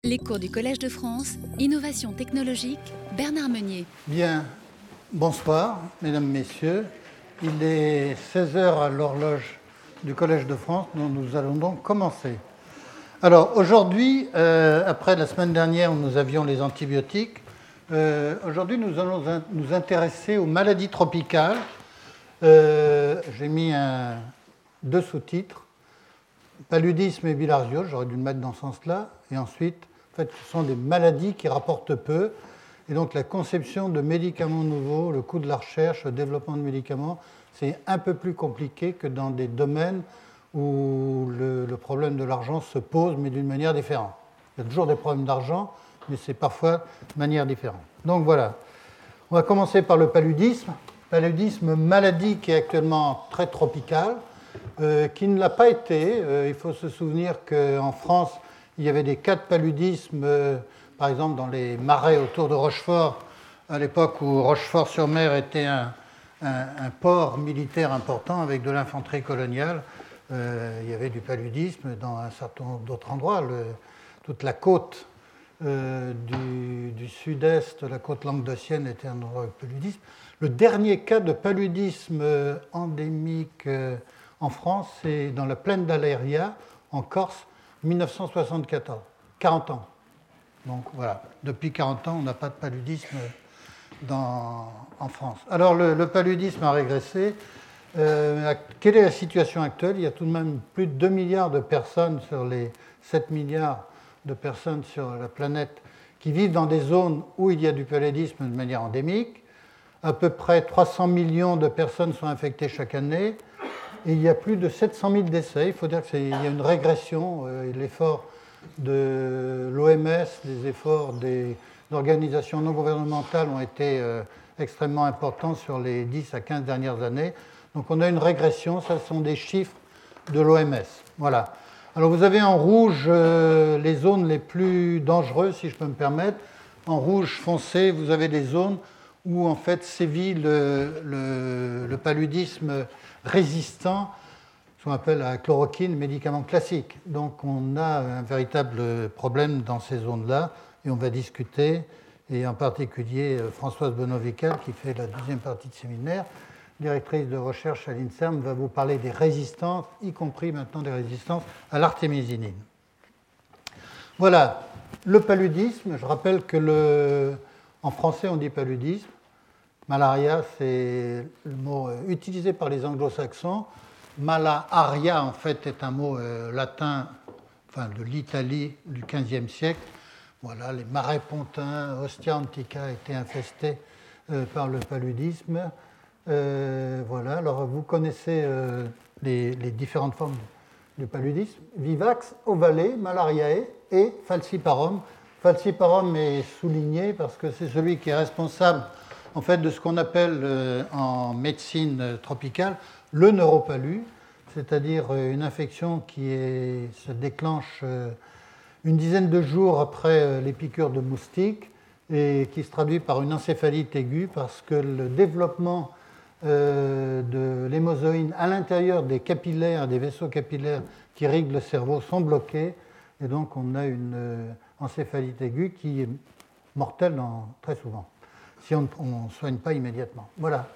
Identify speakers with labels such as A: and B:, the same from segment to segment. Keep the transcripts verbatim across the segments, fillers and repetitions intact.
A: Les cours du Collège de France, Innovation technologique, Bernard Meunier.
B: Bien, bonsoir, mesdames, messieurs. Il est seize heures à l'horloge du Collège de France, dont nous allons donc commencer. Alors, aujourd'hui, euh, après la semaine dernière où nous avions les antibiotiques, euh, aujourd'hui, nous allons in- nous intéresser aux maladies tropicales. Euh, j'ai mis un, deux sous-titres, paludisme et bilharziose, j'aurais dû le mettre dans ce sens-là, et ensuite, en fait, ce sont des maladies qui rapportent peu, et donc la conception de médicaments nouveaux, le coût de la recherche, le développement de médicaments, c'est un peu plus compliqué que dans des domaines où le, le problème de l'argent se pose, mais d'une manière différente. Il y a toujours des problèmes d'argent, mais c'est parfois de manière différente. Donc voilà, on va commencer par le paludisme. Paludisme, maladie qui est actuellement très tropicale, euh, qui ne l'a pas été. Euh, il faut se souvenir qu'en France, il y avait des cas de paludisme, euh, par exemple dans les marais autour de Rochefort, à l'époque où Rochefort-sur-Mer était un, un, un port militaire important avec de l'infanterie coloniale. Euh, il y avait du paludisme dans un certain nombre d'autres endroits. Le, toute la côte euh, du, du sud-est, la côte languedocienne, était un endroit de paludisme. Le dernier cas de paludisme euh, endémique euh, en France, c'est dans la plaine d'Aléria, en Corse, mille neuf cent soixante-quatorze, quarante ans. Donc voilà, depuis quarante ans, on n'a pas de paludisme dans, en France. Alors le, le paludisme a régressé. Euh, quelle est la situation actuelle ? Il y a tout de même plus de deux milliards de personnes sur les sept milliards de personnes sur la planète qui vivent dans des zones où il y a du paludisme de manière endémique. À peu près trois cents millions de personnes sont infectées chaque année. Et il y a plus de sept cent mille décès. Il faut dire qu'il y a une régression. Euh, l'effort de l'O M S, les efforts des organisations non gouvernementales ont été euh, extrêmement importants sur les dix à quinze dernières années. Donc on a une régression. Ça, ce sont des chiffres de l'O M S. Voilà. Alors vous avez en rouge euh, les zones les plus dangereuses, si je peux me permettre. En rouge foncé, vous avez des zones où en fait sévit le, le, le paludisme résistant, ce qu'on appelle la chloroquine, médicament classique. Donc on a un véritable problème dans ces zones-là, et on va discuter, et en particulier Françoise Bonneau-Vical, qui fait la deuxième partie de séminaire, directrice de recherche à l'INSERM, va vous parler des résistances, y compris maintenant des résistances à l'artémisinine. Voilà, le paludisme, je rappelle que le, en français on dit paludisme. Malaria, c'est le mot utilisé par les anglo-saxons. Malaria, en fait, est un mot euh, latin, enfin de l'Italie du quinzième siècle. Voilà, les marais pontins, Ostia Antica étaient infestés euh, par le paludisme. Euh, voilà, alors vous connaissez euh, les, les différentes formes du paludisme. Vivax, ovale, malariae et falciparum. Falciparum est souligné parce que c'est celui qui est responsable en fait, de ce qu'on appelle euh, en médecine tropicale le neuropalud, c'est-à-dire une infection qui est, se déclenche euh, une dizaine de jours après euh, les piqûres de moustiques et qui se traduit par une encéphalite aiguë parce que le développement euh, de l'hémozoïne à l'intérieur des capillaires, des vaisseaux capillaires qui irriguent le cerveau sont bloqués et donc on a une euh, encéphalite aiguë qui est mortelle dans, très souvent, si on ne soigne pas immédiatement. Voilà.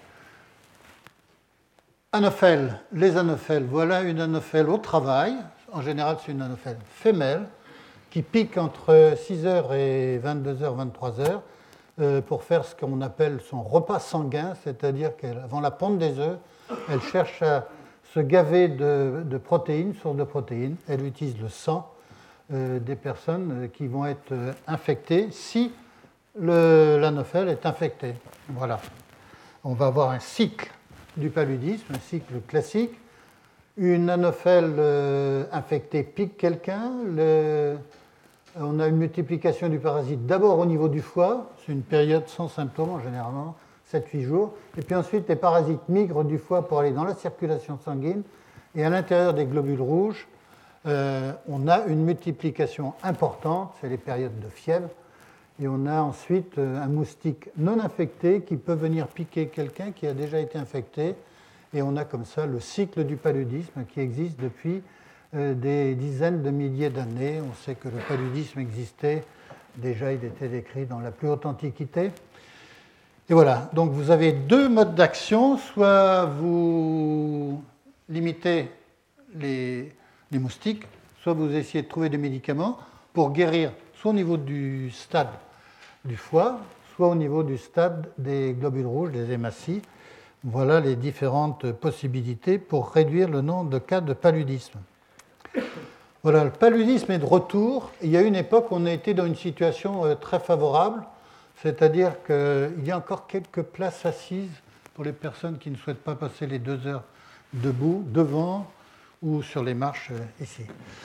B: Anophèles, les anophèles. Voilà une anophèle au travail. En général, c'est une anophèle femelle qui pique entre six heures et vingt-deux heures, vingt-trois heures euh, pour faire ce qu'on appelle son repas sanguin, c'est-à-dire qu'avant la ponte des œufs, elle cherche à se gaver de, de protéines, sources de protéines. Elle utilise le sang euh, des personnes qui vont être euh, infectées si l'anophèle est infecté. Voilà. On va avoir un cycle du paludisme, un cycle classique. Une anophèle euh, infectée pique quelqu'un. Le... On a une multiplication du parasite d'abord au niveau du foie. C'est une période sans symptômes, généralement sept à huit jours. Et puis ensuite, les parasites migrent du foie pour aller dans la circulation sanguine. Et à l'intérieur des globules rouges, euh, on a une multiplication importante. C'est les périodes de fièvre. Et on a ensuite un moustique non infecté qui peut venir piquer quelqu'un qui a déjà été infecté. Et on a comme ça le cycle du paludisme qui existe depuis euh, des dizaines de milliers d'années. On sait que le paludisme existait, déjà il était décrit dans la plus haute antiquité. Et voilà, donc vous avez deux modes d'action, soit vous limitez les, les moustiques, soit vous essayez de trouver des médicaments pour guérir soit au niveau du stade du foie, soit au niveau du stade des globules rouges, des hématies. Voilà les différentes possibilités pour réduire le nombre de cas de paludisme. Voilà, le paludisme est de retour. Il y a une époque où on a été dans une situation très favorable, c'est-à-dire qu'il y a encore quelques places assises pour les personnes qui ne souhaitent pas passer les deux heures debout, devant ou sur les marches ici.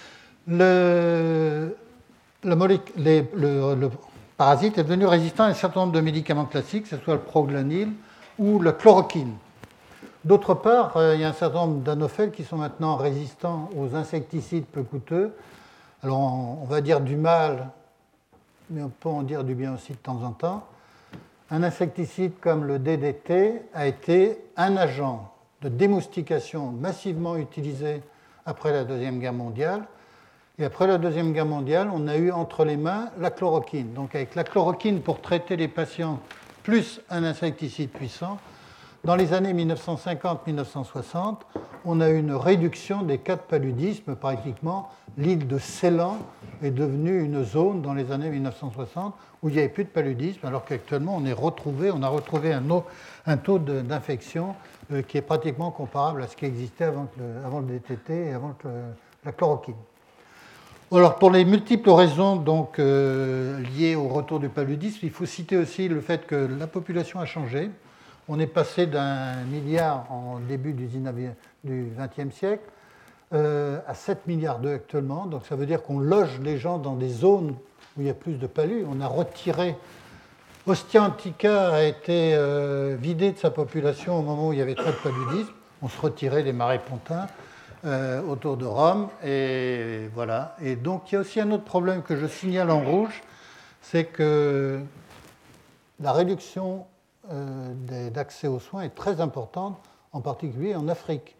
B: Le, le, moléc- les, le, le parasite est devenu résistant à un certain nombre de médicaments classiques, que ce soit le proglanil ou la chloroquine. D'autre part, il y a un certain nombre d'anophèles qui sont maintenant résistants aux insecticides peu coûteux. Alors, on va dire du mal, mais on peut en dire du bien aussi de temps en temps. Un insecticide comme le D D T a été un agent de démoustication massivement utilisé après la Deuxième Guerre mondiale. Et après la Deuxième Guerre mondiale, on a eu entre les mains la chloroquine. Donc avec la chloroquine pour traiter les patients plus un insecticide puissant, dans les années mille neuf cent cinquante à mille neuf cent soixante, on a eu une réduction des cas de paludisme. Pratiquement, l'île de Ceylan est devenue une zone dans les années mille neuf cent soixante où il n'y avait plus de paludisme, alors qu'actuellement, on, est retrouvé, on a retrouvé un, un taux d'infection euh, qui est pratiquement comparable à ce qui existait avant le, avant le D D T et avant le, la chloroquine. Alors, pour les multiples raisons donc, euh, liées au retour du paludisme, il faut citer aussi le fait que la population a changé. On est passé d'un milliard en début du vingtième siècle euh, à sept milliards d'œufs actuellement. Donc ça veut dire qu'on loge les gens dans des zones où il y a plus de palud. On a retiré... Ostia Antica a été euh, vidé de sa population au moment où il y avait trop de paludisme. On se retirait des marais pontins euh, autour de Rome. Et voilà. Et donc il y a aussi un autre problème que je signale en rouge, c'est que la réduction d'accès aux soins est très importante, en particulier en Afrique.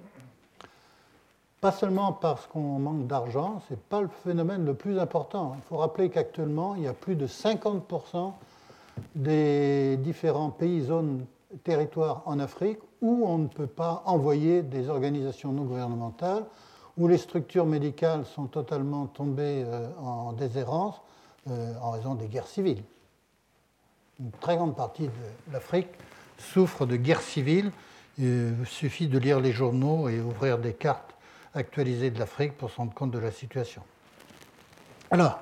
B: Pas seulement parce qu'on manque d'argent, ce n'est pas le phénomène le plus important. Il faut rappeler qu'actuellement, il y a plus de cinquante pour cent des différents pays, zones, territoires en Afrique où on ne peut pas envoyer des organisations non gouvernementales, où les structures médicales sont totalement tombées en déshérence en raison des guerres civiles. Une très grande partie de l'Afrique souffre de guerre civile. Il suffit de lire les journaux et ouvrir des cartes actualisées de l'Afrique pour se rendre compte de la situation. Alors,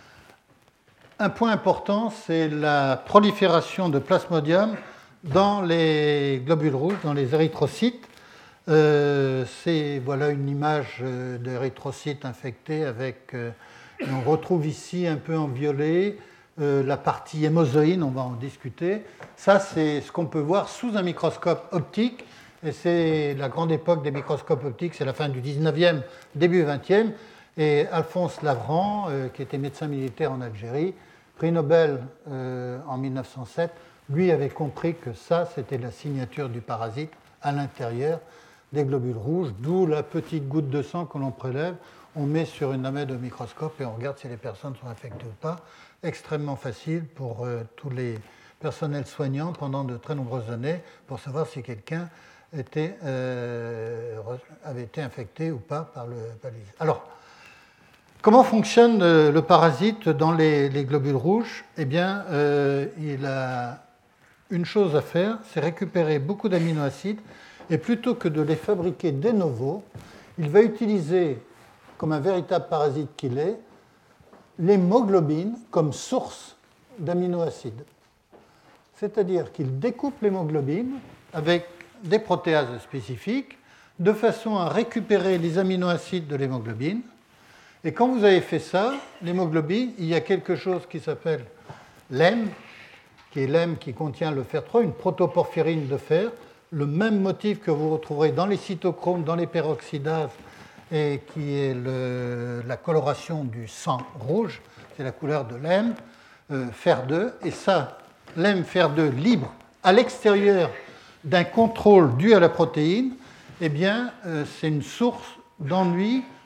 B: un point important, c'est la prolifération de plasmodium dans les globules rouges, dans les érythrocytes. Euh, c'est voilà une image d'érythrocytes infectés avec, euh, on retrouve ici un peu en violet, Euh, la partie hémozoïne, on va en discuter. Ça, c'est ce qu'on peut voir sous un microscope optique. Et c'est la grande époque des microscopes optiques, c'est la fin du dix-neuvième, début vingtième. Et Alphonse Lavran, euh, qui était médecin militaire en Algérie, prix Nobel euh, en mille neuf cent sept, lui avait compris que ça, c'était la signature du parasite à l'intérieur des globules rouges, d'où la petite goutte de sang que l'on prélève. On met sur une lamelle de microscope et on regarde si les personnes sont infectées ou pas. Extrêmement facile pour euh, tous les personnels soignants pendant de très nombreuses années pour savoir si quelqu'un était, euh, avait été infecté ou pas par le paludisme. Alors, comment fonctionne le, le parasite dans les, les globules rouges? Eh bien, euh, il a une chose à faire, c'est récupérer beaucoup d'aminoacides et plutôt que de les fabriquer de novo, il va utiliser, comme un véritable parasite qu'il est, l'hémoglobine comme source d'aminoacides. C'est-à-dire qu'il découpe l'hémoglobine avec des protéases spécifiques de façon à récupérer les aminoacides de l'hémoglobine. Et quand vous avez fait ça, l'hémoglobine, il y a quelque chose qui s'appelle l'hème, qui est l'hème qui contient le fer trois, une protoporphyrine de fer, le même motif que vous retrouverez dans les cytochromes, dans les peroxydases, et qui est le, la coloration du sang rouge, c'est la couleur de l'hème, euh, fer deux, et ça, l'hème fer deux libre à l'extérieur d'un contrôle dû à la protéine, eh bien, euh, c'est une source d'ennui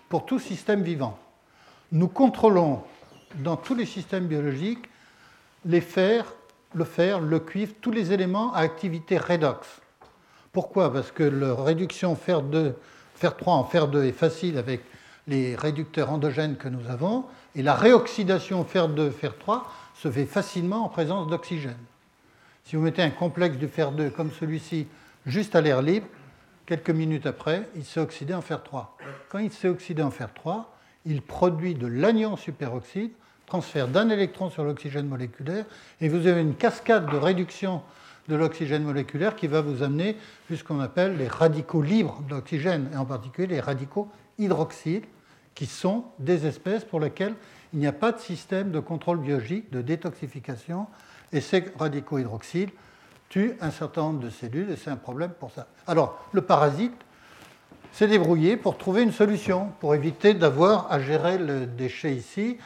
B: pour tout système vivant. Nous contrôlons dans tous les systèmes biologiques les fers, le fer, le cuivre, tous les éléments à activité redox. Pourquoi? Parce que la réduction fer deux, fer trois en fer deux est facile avec les réducteurs endogènes que nous avons, et la réoxydation fer deux, fer trois se fait facilement en présence d'oxygène. Si vous mettez un complexe du fer deux comme celui-ci juste à l'air libre, quelques minutes après, il s'est oxydé en fer trois. Quand il s'est oxydé en fer trois, il produit de l'anion superoxyde, transfert d'un électron sur l'oxygène moléculaire, et vous avez une cascade de réduction de l'oxygène moléculaire qui va vous amener jusqu'à ce qu'on appelle les radicaux libres d'oxygène, et en particulier les radicaux hydroxyles, qui sont des espèces pour lesquelles il n'y a pas de système de contrôle biologique, de détoxification, et ces radicaux hydroxyles tuent un certain nombre de cellules, et c'est un problème pour ça. Alors, le parasite s'est débrouillé pour trouver une solution, pour éviter d'avoir à gérer le déchet ici,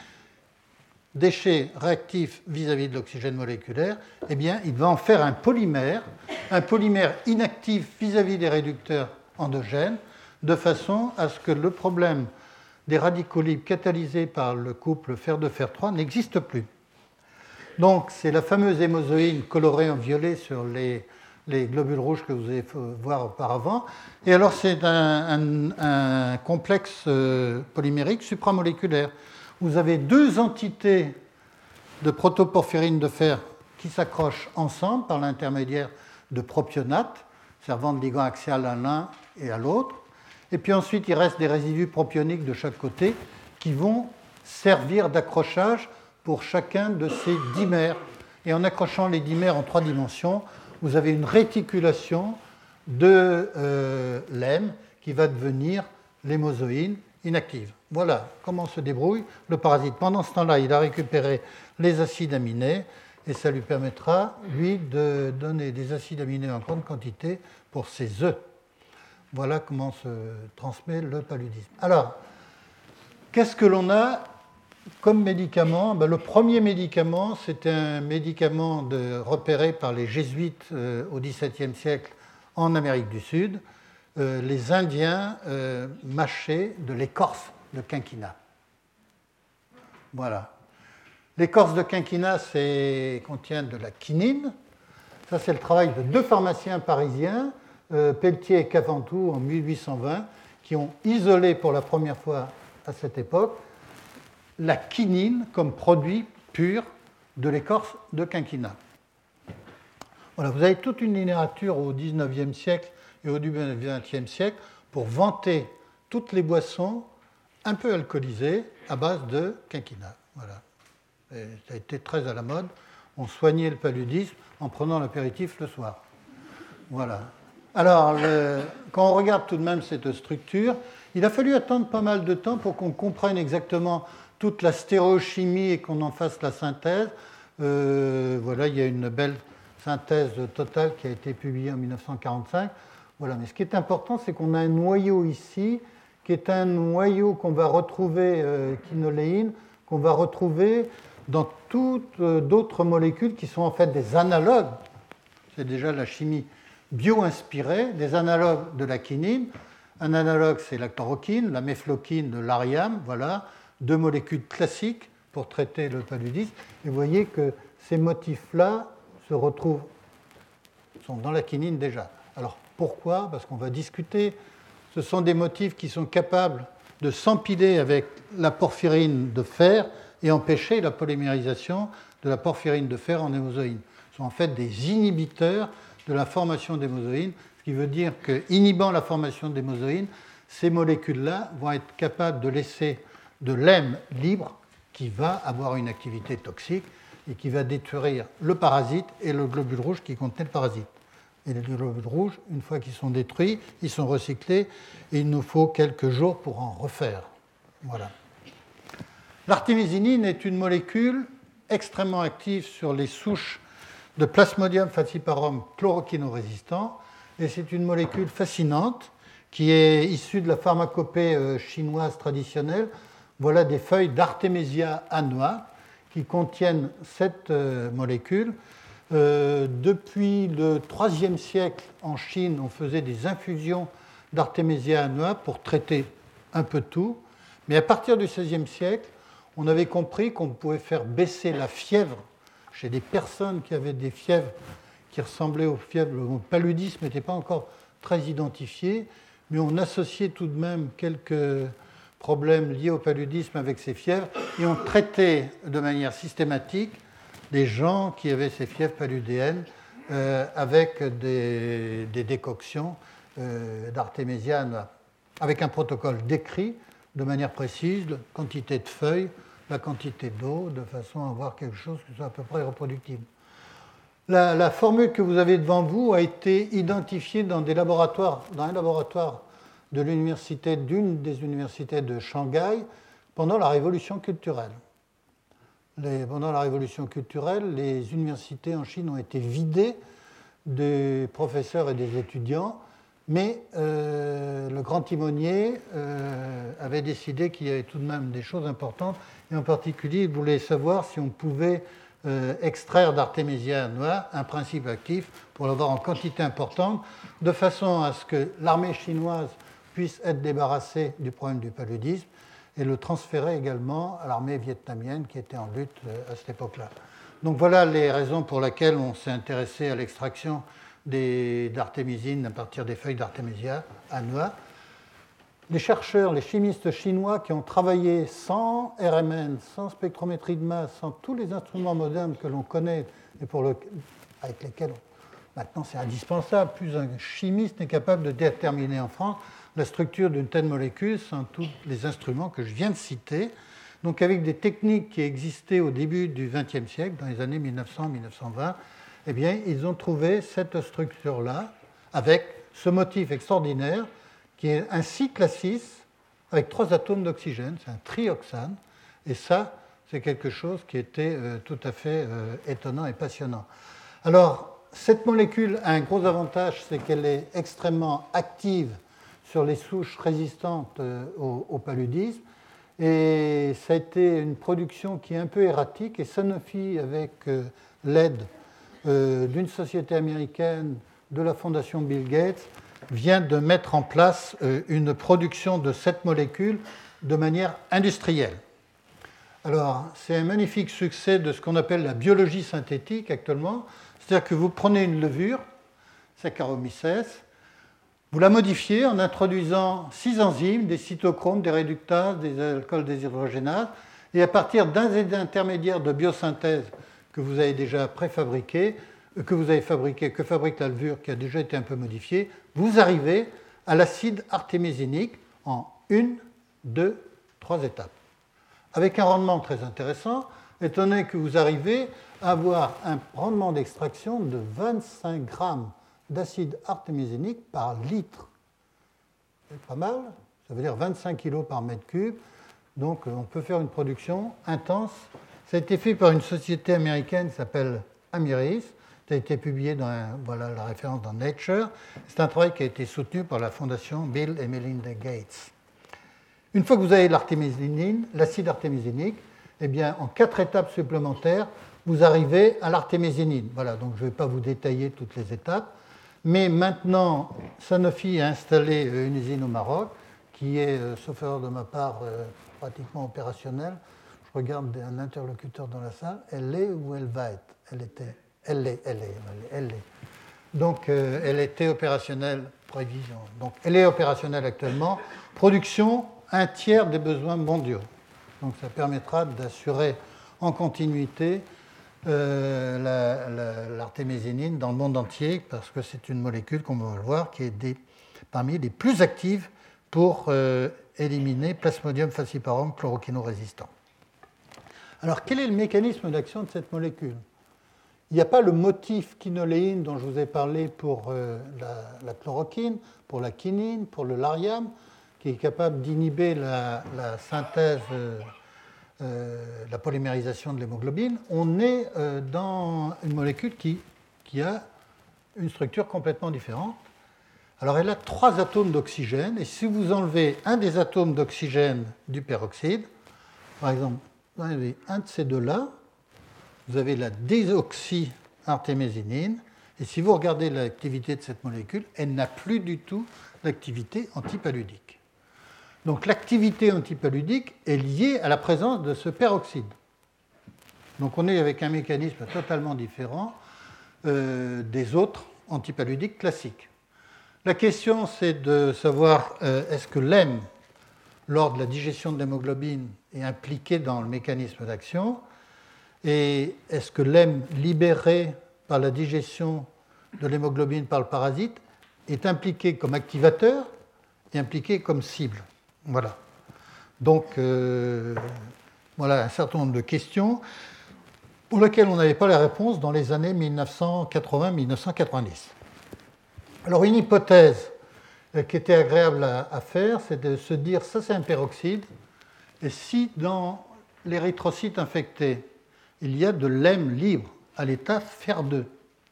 B: déchet réactif vis-à-vis de l'oxygène moléculaire. Eh bien, il va en faire un polymère, un polymère inactif vis-à-vis des réducteurs endogènes, de façon à ce que le problème des radicaux libres catalysés par le couple fer deux, fer trois n'existe plus. Donc, c'est la fameuse hémozoïne colorée en violet sur les, les globules rouges que vous avez fait voir auparavant. Et alors, c'est un, un, un complexe polymérique supramoléculaire. Vous avez deux entités de protoporphyrine de fer qui s'accrochent ensemble par l'intermédiaire de propionates, servant de ligand axial à l'un et à l'autre. Et puis ensuite, il reste des résidus propioniques de chaque côté qui vont servir d'accrochage pour chacun de ces dimères. Et en accrochant les dimères en trois dimensions, vous avez une réticulation de euh, l'hème qui va devenir l'hémozoïne inactive. Voilà comment se débrouille le parasite. Pendant ce temps-là, il a récupéré les acides aminés et ça lui permettra, lui, de donner des acides aminés en grande quantité pour ses œufs. Voilà comment se transmet le paludisme. Alors, qu'est-ce que l'on a comme médicament? Ben, le premier médicament, c'était un médicament de, repéré par les jésuites euh, au dix-septième siècle en Amérique du Sud. Euh, les Indiens euh, mâchaient de l'écorce de quinquina. Voilà. L'écorce de quinquina contient de la quinine. Ça, c'est le travail de deux pharmaciens parisiens, euh, Pelletier et Caventou, en mille huit cent vingt, qui ont isolé pour la première fois à cette époque la quinine comme produit pur de l'écorce de quinquina. Voilà, vous avez toute une littérature au dix-neuvième siècle et au début du vingtième siècle pour vanter toutes les boissons un peu alcoolisées à base de quinquina. Voilà. Et ça a été très à la mode. On soignait le paludisme en prenant l'apéritif le soir. Voilà. Alors, le, quand on regarde tout de même cette structure, il a fallu attendre pas mal de temps pour qu'on comprenne exactement toute la stéréochimie et qu'on en fasse la synthèse. Euh, voilà, il y a une belle synthèse totale qui a été publiée en mille neuf cent quarante-cinq. Voilà. Mais ce qui est important, c'est qu'on a un noyau ici, qui est un noyau qu'on va retrouver, euh, quinoléine, qu'on va retrouver dans toutes euh, d'autres molécules qui sont en fait des analogues. C'est déjà la chimie bio-inspirée, des analogues de la quinine. Un analogue, c'est la chloroquine, la méfloquine de l'ariam, voilà, deux molécules classiques pour traiter le paludisme. Et vous voyez que ces motifs-là se retrouvent, sont dans la quinine déjà. Alors pourquoi? Parce qu'on va discuter. Ce sont des motifs qui sont capables de s'empiler avec la porphyrine de fer et empêcher la polymérisation de la porphyrine de fer en hémozoïne. Ce sont en fait des inhibiteurs de la formation d'hémozoïne, ce qui veut dire qu'inhibant la formation d'hémozoïne, ces molécules-là vont être capables de laisser de l'hème libre qui va avoir une activité toxique et qui va détruire le parasite et le globule rouge qui contenait le parasite. Et les globules rouges, une fois qu'ils sont détruits, ils sont recyclés et il nous faut quelques jours pour en refaire. Voilà. L'artémisinine est une molécule extrêmement active sur les souches de Plasmodium falciparum chloroquinorésistant et c'est une molécule fascinante qui est issue de la pharmacopée chinoise traditionnelle. Voilà des feuilles d'Artemisia annua qui contiennent cette molécule. Euh, depuis le troisième siècle, en Chine, on faisait des infusions d'Artemisia annua pour traiter un peu tout. Mais à partir du seizième siècle, on avait compris qu'on pouvait faire baisser la fièvre chez des personnes qui avaient des fièvres qui ressemblaient aux fièvres. Le paludisme n'était pas encore très identifié, mais on associait tout de même quelques problèmes liés au paludisme avec ces fièvres, et on traitait de manière systématique des gens qui avaient ces fièvres paludéennes euh, avec des, des décoctions euh, d'artémisia, avec un protocole décrit de manière précise, la quantité de feuilles, la quantité d'eau, de façon à avoir quelque chose qui soit à peu près reproductible. La, la formule que vous avez devant vous a été identifiée dans des laboratoires, dans un laboratoire de l'université, d'une des universités de Shanghai pendant la révolution culturelle. Les, pendant la révolution culturelle, les universités en Chine ont été vidées des professeurs et des étudiants, mais euh, le grand timonier euh, avait décidé qu'il y avait tout de même des choses importantes, et en particulier, il voulait savoir si on pouvait euh, extraire d'Artémisia annua un principe actif pour l'avoir en quantité importante, de façon à ce que l'armée chinoise puisse être débarrassée du problème du paludisme et le transférer également à l'armée vietnamienne qui était en lutte euh, à cette époque-là. Donc voilà les raisons pour lesquelles on s'est intéressé à l'extraction d'artémisine à partir des feuilles d'Artémisia annua. Les chercheurs, les chimistes chinois qui ont travaillé sans R M N, sans spectrométrie de masse, sans tous les instruments modernes que l'on connaît et pour le, avec lesquels on, maintenant c'est indispensable, plus un chimiste n'est capable de déterminer en France la structure d'une telle molécule sans tous les instruments que je viens de citer. Donc avec des techniques qui existaient au début du vingtième siècle, dans les années mille neuf cents à mille neuf cent vingt, eh bien, ils ont trouvé cette structure-là, avec ce motif extraordinaire, qui est un cycle à six, avec trois atomes d'oxygène, c'est un trioxane, et ça, c'est quelque chose qui était euh, tout à fait euh, étonnant et passionnant. Alors, cette molécule a un gros avantage, c'est qu'elle est extrêmement active sur les souches résistantes euh, au, au paludisme, et ça a été une production qui est un peu erratique, et Sanofi, avec euh, l'aide Euh, d'une société américaine, de la fondation Bill Gates, vient de mettre en place euh, une production de cette molécule de manière industrielle. Alors, c'est un magnifique succès de ce qu'on appelle la biologie synthétique actuellement, c'est-à-dire que vous prenez une levure, Saccharomyces, vous la modifiez en introduisant six enzymes, des cytochromes, des réductases, des alcools déshydrogénases, et à partir d'un intermédiaire de biosynthèse que vous avez déjà préfabriqué, que vous avez fabriqué, que fabrique la levure qui a déjà été un peu modifiée, vous arrivez à l'acide artémisinique en une, deux, trois étapes. Avec un rendement très intéressant, étant donné que vous arrivez à avoir un rendement d'extraction de vingt-cinq grammes d'acide artémisinique par litre. C'est pas mal, ça veut dire vingt-cinq kilos par mètre cube, donc on peut faire une production intense. Ça a été fait par une société américaine qui s'appelle Amyris. Ça a été publié dans un, voilà la référence dans Nature. C'est un travail qui a été soutenu par la fondation Bill et Melinda Gates. Une fois que vous avez l'artémisinine, l'acide artémisinique, eh bien, en quatre étapes supplémentaires, vous arrivez à l'artémisinine. Voilà, donc je ne vais pas vous détailler toutes les étapes. Mais maintenant, Sanofi a installé une usine au Maroc qui est, sauf erreur de ma part, pratiquement opérationnelle. Je regarde un interlocuteur dans la salle, elle est ou elle va être? Elle était. Elle est, elle est, elle est. Donc, euh, elle était opérationnelle, prévision. Donc, elle est opérationnelle actuellement. Production, un tiers des besoins mondiaux. Donc, ça permettra d'assurer en continuité euh, l'artémisinine dans le monde entier, parce que c'est une molécule, comme on va le voir, qui est des, parmi les plus actives pour euh, éliminer Plasmodium falciparum chloroquino-résistant. Alors, quel est le mécanisme d'action de cette molécule? Il n'y a pas le motif quinoléine dont je vous ai parlé pour euh, la, la chloroquine, pour la quinine, pour le lariam, qui est capable d'inhiber la, la synthèse, euh, euh, la polymérisation de l'hémoglobine. On est euh, dans une molécule qui, qui a une structure complètement différente. Alors, elle a trois atomes d'oxygène, et si vous enlevez un des atomes d'oxygène du peroxyde, par exemple, vous avez un de ces deux-là, vous avez la désoxyartémisinine, et si vous regardez l'activité de cette molécule, elle n'a plus du tout d'activité antipaludique. Donc l'activité antipaludique est liée à la présence de ce peroxyde. Donc on est avec un mécanisme totalement différent euh, des autres antipaludiques classiques. La question, c'est de savoir euh, est-ce que l'hème, lors de la digestion de l'hémoglobine, est impliqué dans le mécanisme d'action, et est-ce que l'hème libéré par la digestion de l'hémoglobine par le parasite est impliqué comme activateur et impliqué comme cible. Voilà. Donc, euh, voilà un certain nombre de questions pour lesquelles on n'avait pas la réponse dans les années mille neuf cent quatre-vingts mille neuf cent quatre-vingt-dix. Alors, une hypothèse qui était agréable à, à faire, c'est de se dire, ça c'est un peroxyde, et si dans l'érythrocyte infecté, il y a de l'hème libre à l'état fer deux,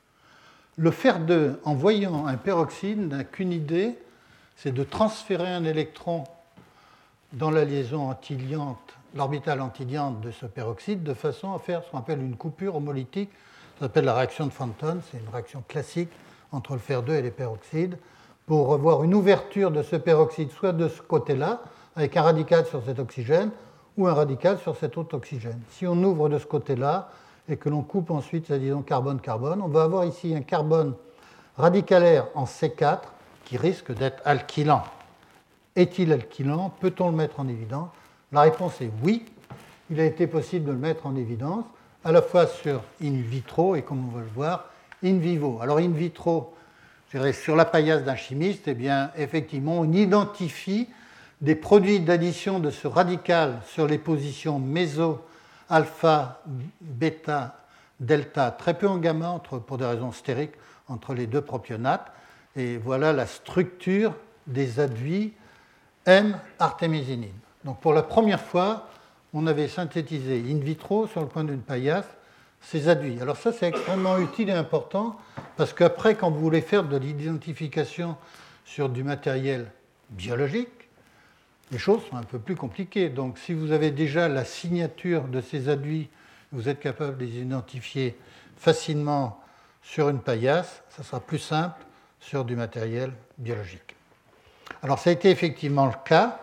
B: le fer deux, en voyant un peroxyde, n'a qu'une idée, c'est de transférer un électron dans la liaison antiliante, l'orbitale antiliante de ce peroxyde, de façon à faire ce qu'on appelle une coupure homolytique. Ça s'appelle la réaction de Fenton, c'est une réaction classique entre le fer deux et les peroxydes, pour avoir une ouverture de ce peroxyde, soit de ce côté-là, avec un radical sur cet oxygène, ou un radical sur cet autre oxygène. Si on ouvre de ce côté-là, et que l'on coupe ensuite, ça disons carbone-carbone, on va avoir ici un carbone radicalaire en C quatre qui risque d'être alkylant. Est-il alkylant? Peut-on le mettre en évidence? La réponse est oui. Il a été possible de le mettre en évidence, à la fois sur in vitro et, comme on va le voir, in vivo. Alors, in vitro, je dirais, sur la paillasse d'un chimiste, eh bien, effectivement, on identifie des produits d'addition de ce radical sur les positions méso, alpha, bêta, delta, très peu en gamma, entre, pour des raisons stériques, entre les deux propionates. Et voilà la structure des adduits M-artémisinine. Donc pour la première fois, on avait synthétisé in vitro, sur le coin d'une paillasse, ces adduits. Alors ça, c'est extrêmement utile et important, parce qu'après, quand vous voulez faire de l'identification sur du matériel biologique, les choses sont un peu plus compliquées. Donc si vous avez déjà la signature de ces adduits, vous êtes capable de les identifier facilement sur une paillasse, ça sera plus simple sur du matériel biologique. Alors ça a été effectivement le cas,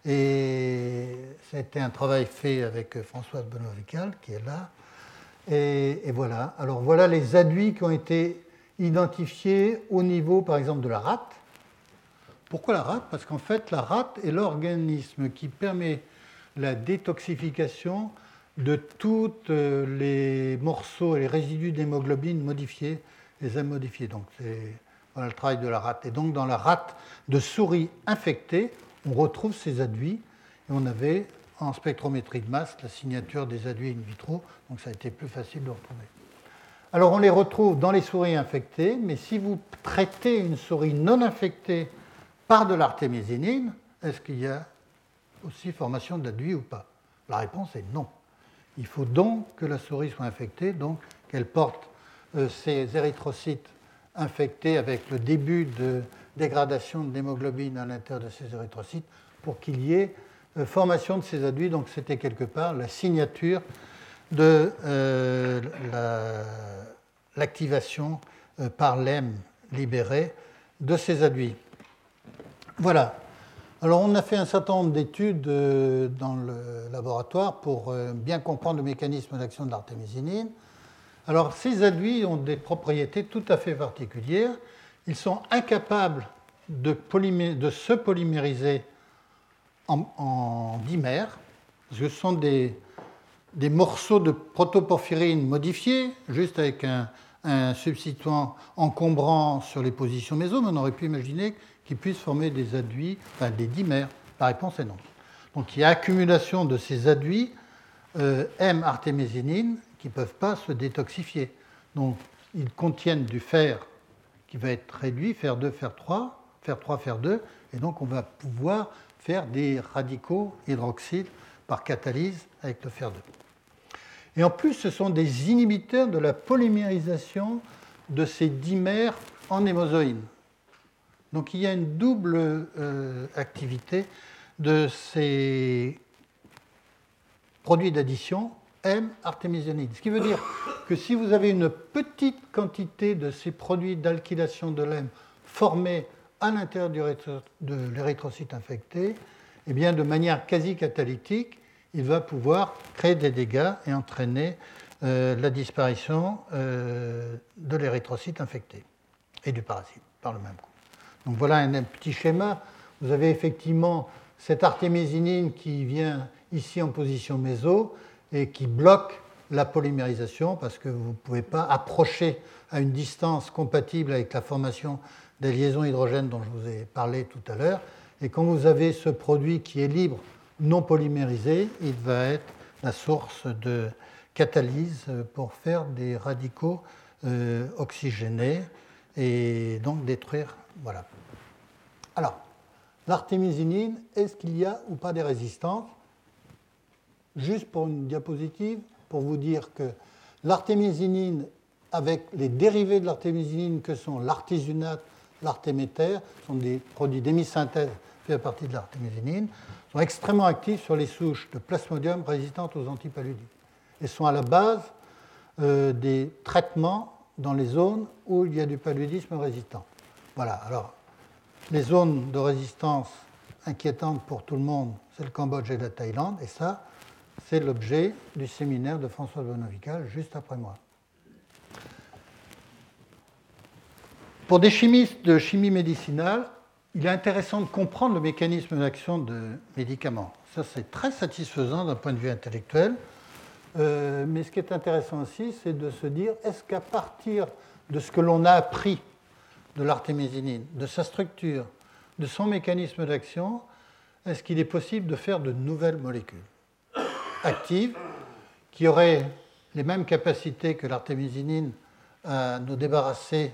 B: et ça a été un travail fait avec Françoise Benoît-Vical, qui est là. Et, et voilà. Alors voilà les adduits qui ont été identifiés au niveau, par exemple, de la rate. Pourquoi la rate? Parce qu'en fait, la rate est l'organisme qui permet la détoxification de tous les morceaux et les résidus d'hémoglobine modifiés, les M modifiés. Donc c'est voilà le travail de la rate. Et donc dans la rate de souris infectée, on retrouve ces adduits, et on avait en spectrométrie de masse la signature des adduits in vitro, donc ça a été plus facile de retrouver. Alors on les retrouve dans les souris infectées, mais si vous traitez une souris non infectée par de l'artémisinine, est-ce qu'il y a aussi formation d'adduits ou pas? La réponse est non. Il faut donc que la souris soit infectée, donc qu'elle porte euh, ces érythrocytes infectés avec le début de dégradation de l'hémoglobine à l'intérieur de ces érythrocytes pour qu'il y ait euh, formation de ces adduits. Donc c'était quelque part la signature de euh, la, l'activation euh, par l'hème libéré de ces adduits. Voilà. Alors on a fait un certain nombre d'études euh, dans le laboratoire pour euh, bien comprendre le mécanisme d'action de l'artémisinine. Alors ces adduits ont des propriétés tout à fait particulières. Ils sont incapables de, polymé- de se polymériser en, en dimères, parce que ce sont des, des morceaux de protoporphyrine modifiés, juste avec un, un substituant encombrant sur les positions méso, mais on aurait pu imaginer qu'ils puissent former des adduits, enfin des dimères. La réponse est non. Donc il y a accumulation de ces adduits euh, M-artémisinine qui ne peuvent pas se détoxifier. Donc ils contiennent du fer qui va être réduit, fer deux, fer trois, fer trois, fer deux, et donc on va pouvoir faire des radicaux hydroxyles par catalyse avec le fer deux. Et en plus, ce sont des inhibiteurs de la polymérisation de ces dimères en hémozoïne. Donc il y a une double euh, activité de ces produits d'addition M-artémisinine. Ce qui veut dire que si vous avez une petite quantité de ces produits d'alkylation de l'hème formés à l'intérieur de l'érythrocyte infecté, eh bien, de manière quasi catalytique, il va pouvoir créer des dégâts et entraîner euh, la disparition euh, de l'érythrocyte infecté et du parasite par le même coup. Donc voilà un, un petit schéma. Vous avez effectivement cette artémisinine qui vient ici en position méso et qui bloque la polymérisation parce que vous ne pouvez pas approcher à une distance compatible avec la formation des liaisons hydrogènes dont je vous ai parlé tout à l'heure. Et quand vous avez ce produit qui est libre, non polymérisé, il va être la source de catalyse pour faire des radicaux euh, oxygénés et donc détruire. Voilà. Alors, l'artémisinine, est-ce qu'il y a ou pas des résistances? Juste pour une diapositive, pour vous dire que l'artémisinine, avec les dérivés de l'artémisinine que sont l'artésunate, l'artéméter, sont des produits d'hémisynthèse faits à partir de l'artémisinine, sont extrêmement actifs sur les souches de plasmodium résistantes aux antipaludiques et sont à la base euh, des traitements dans les zones où il y a du paludisme résistant. Voilà, alors les zones de résistance inquiétantes pour tout le monde, c'est le Cambodge et la Thaïlande, et ça, c'est l'objet du séminaire de François Bonavical juste après moi. Pour des chimistes de chimie médicinale, il est intéressant de comprendre le mécanisme d'action de médicaments. Ça, c'est très satisfaisant d'un point de vue intellectuel. Euh, mais ce qui est intéressant aussi, c'est de se dire, est-ce qu'à partir de ce que l'on a appris de l'artémisinine, de sa structure, de son mécanisme d'action, est-ce qu'il est possible de faire de nouvelles molécules actives qui auraient les mêmes capacités que l'artémisinine à nous débarrasser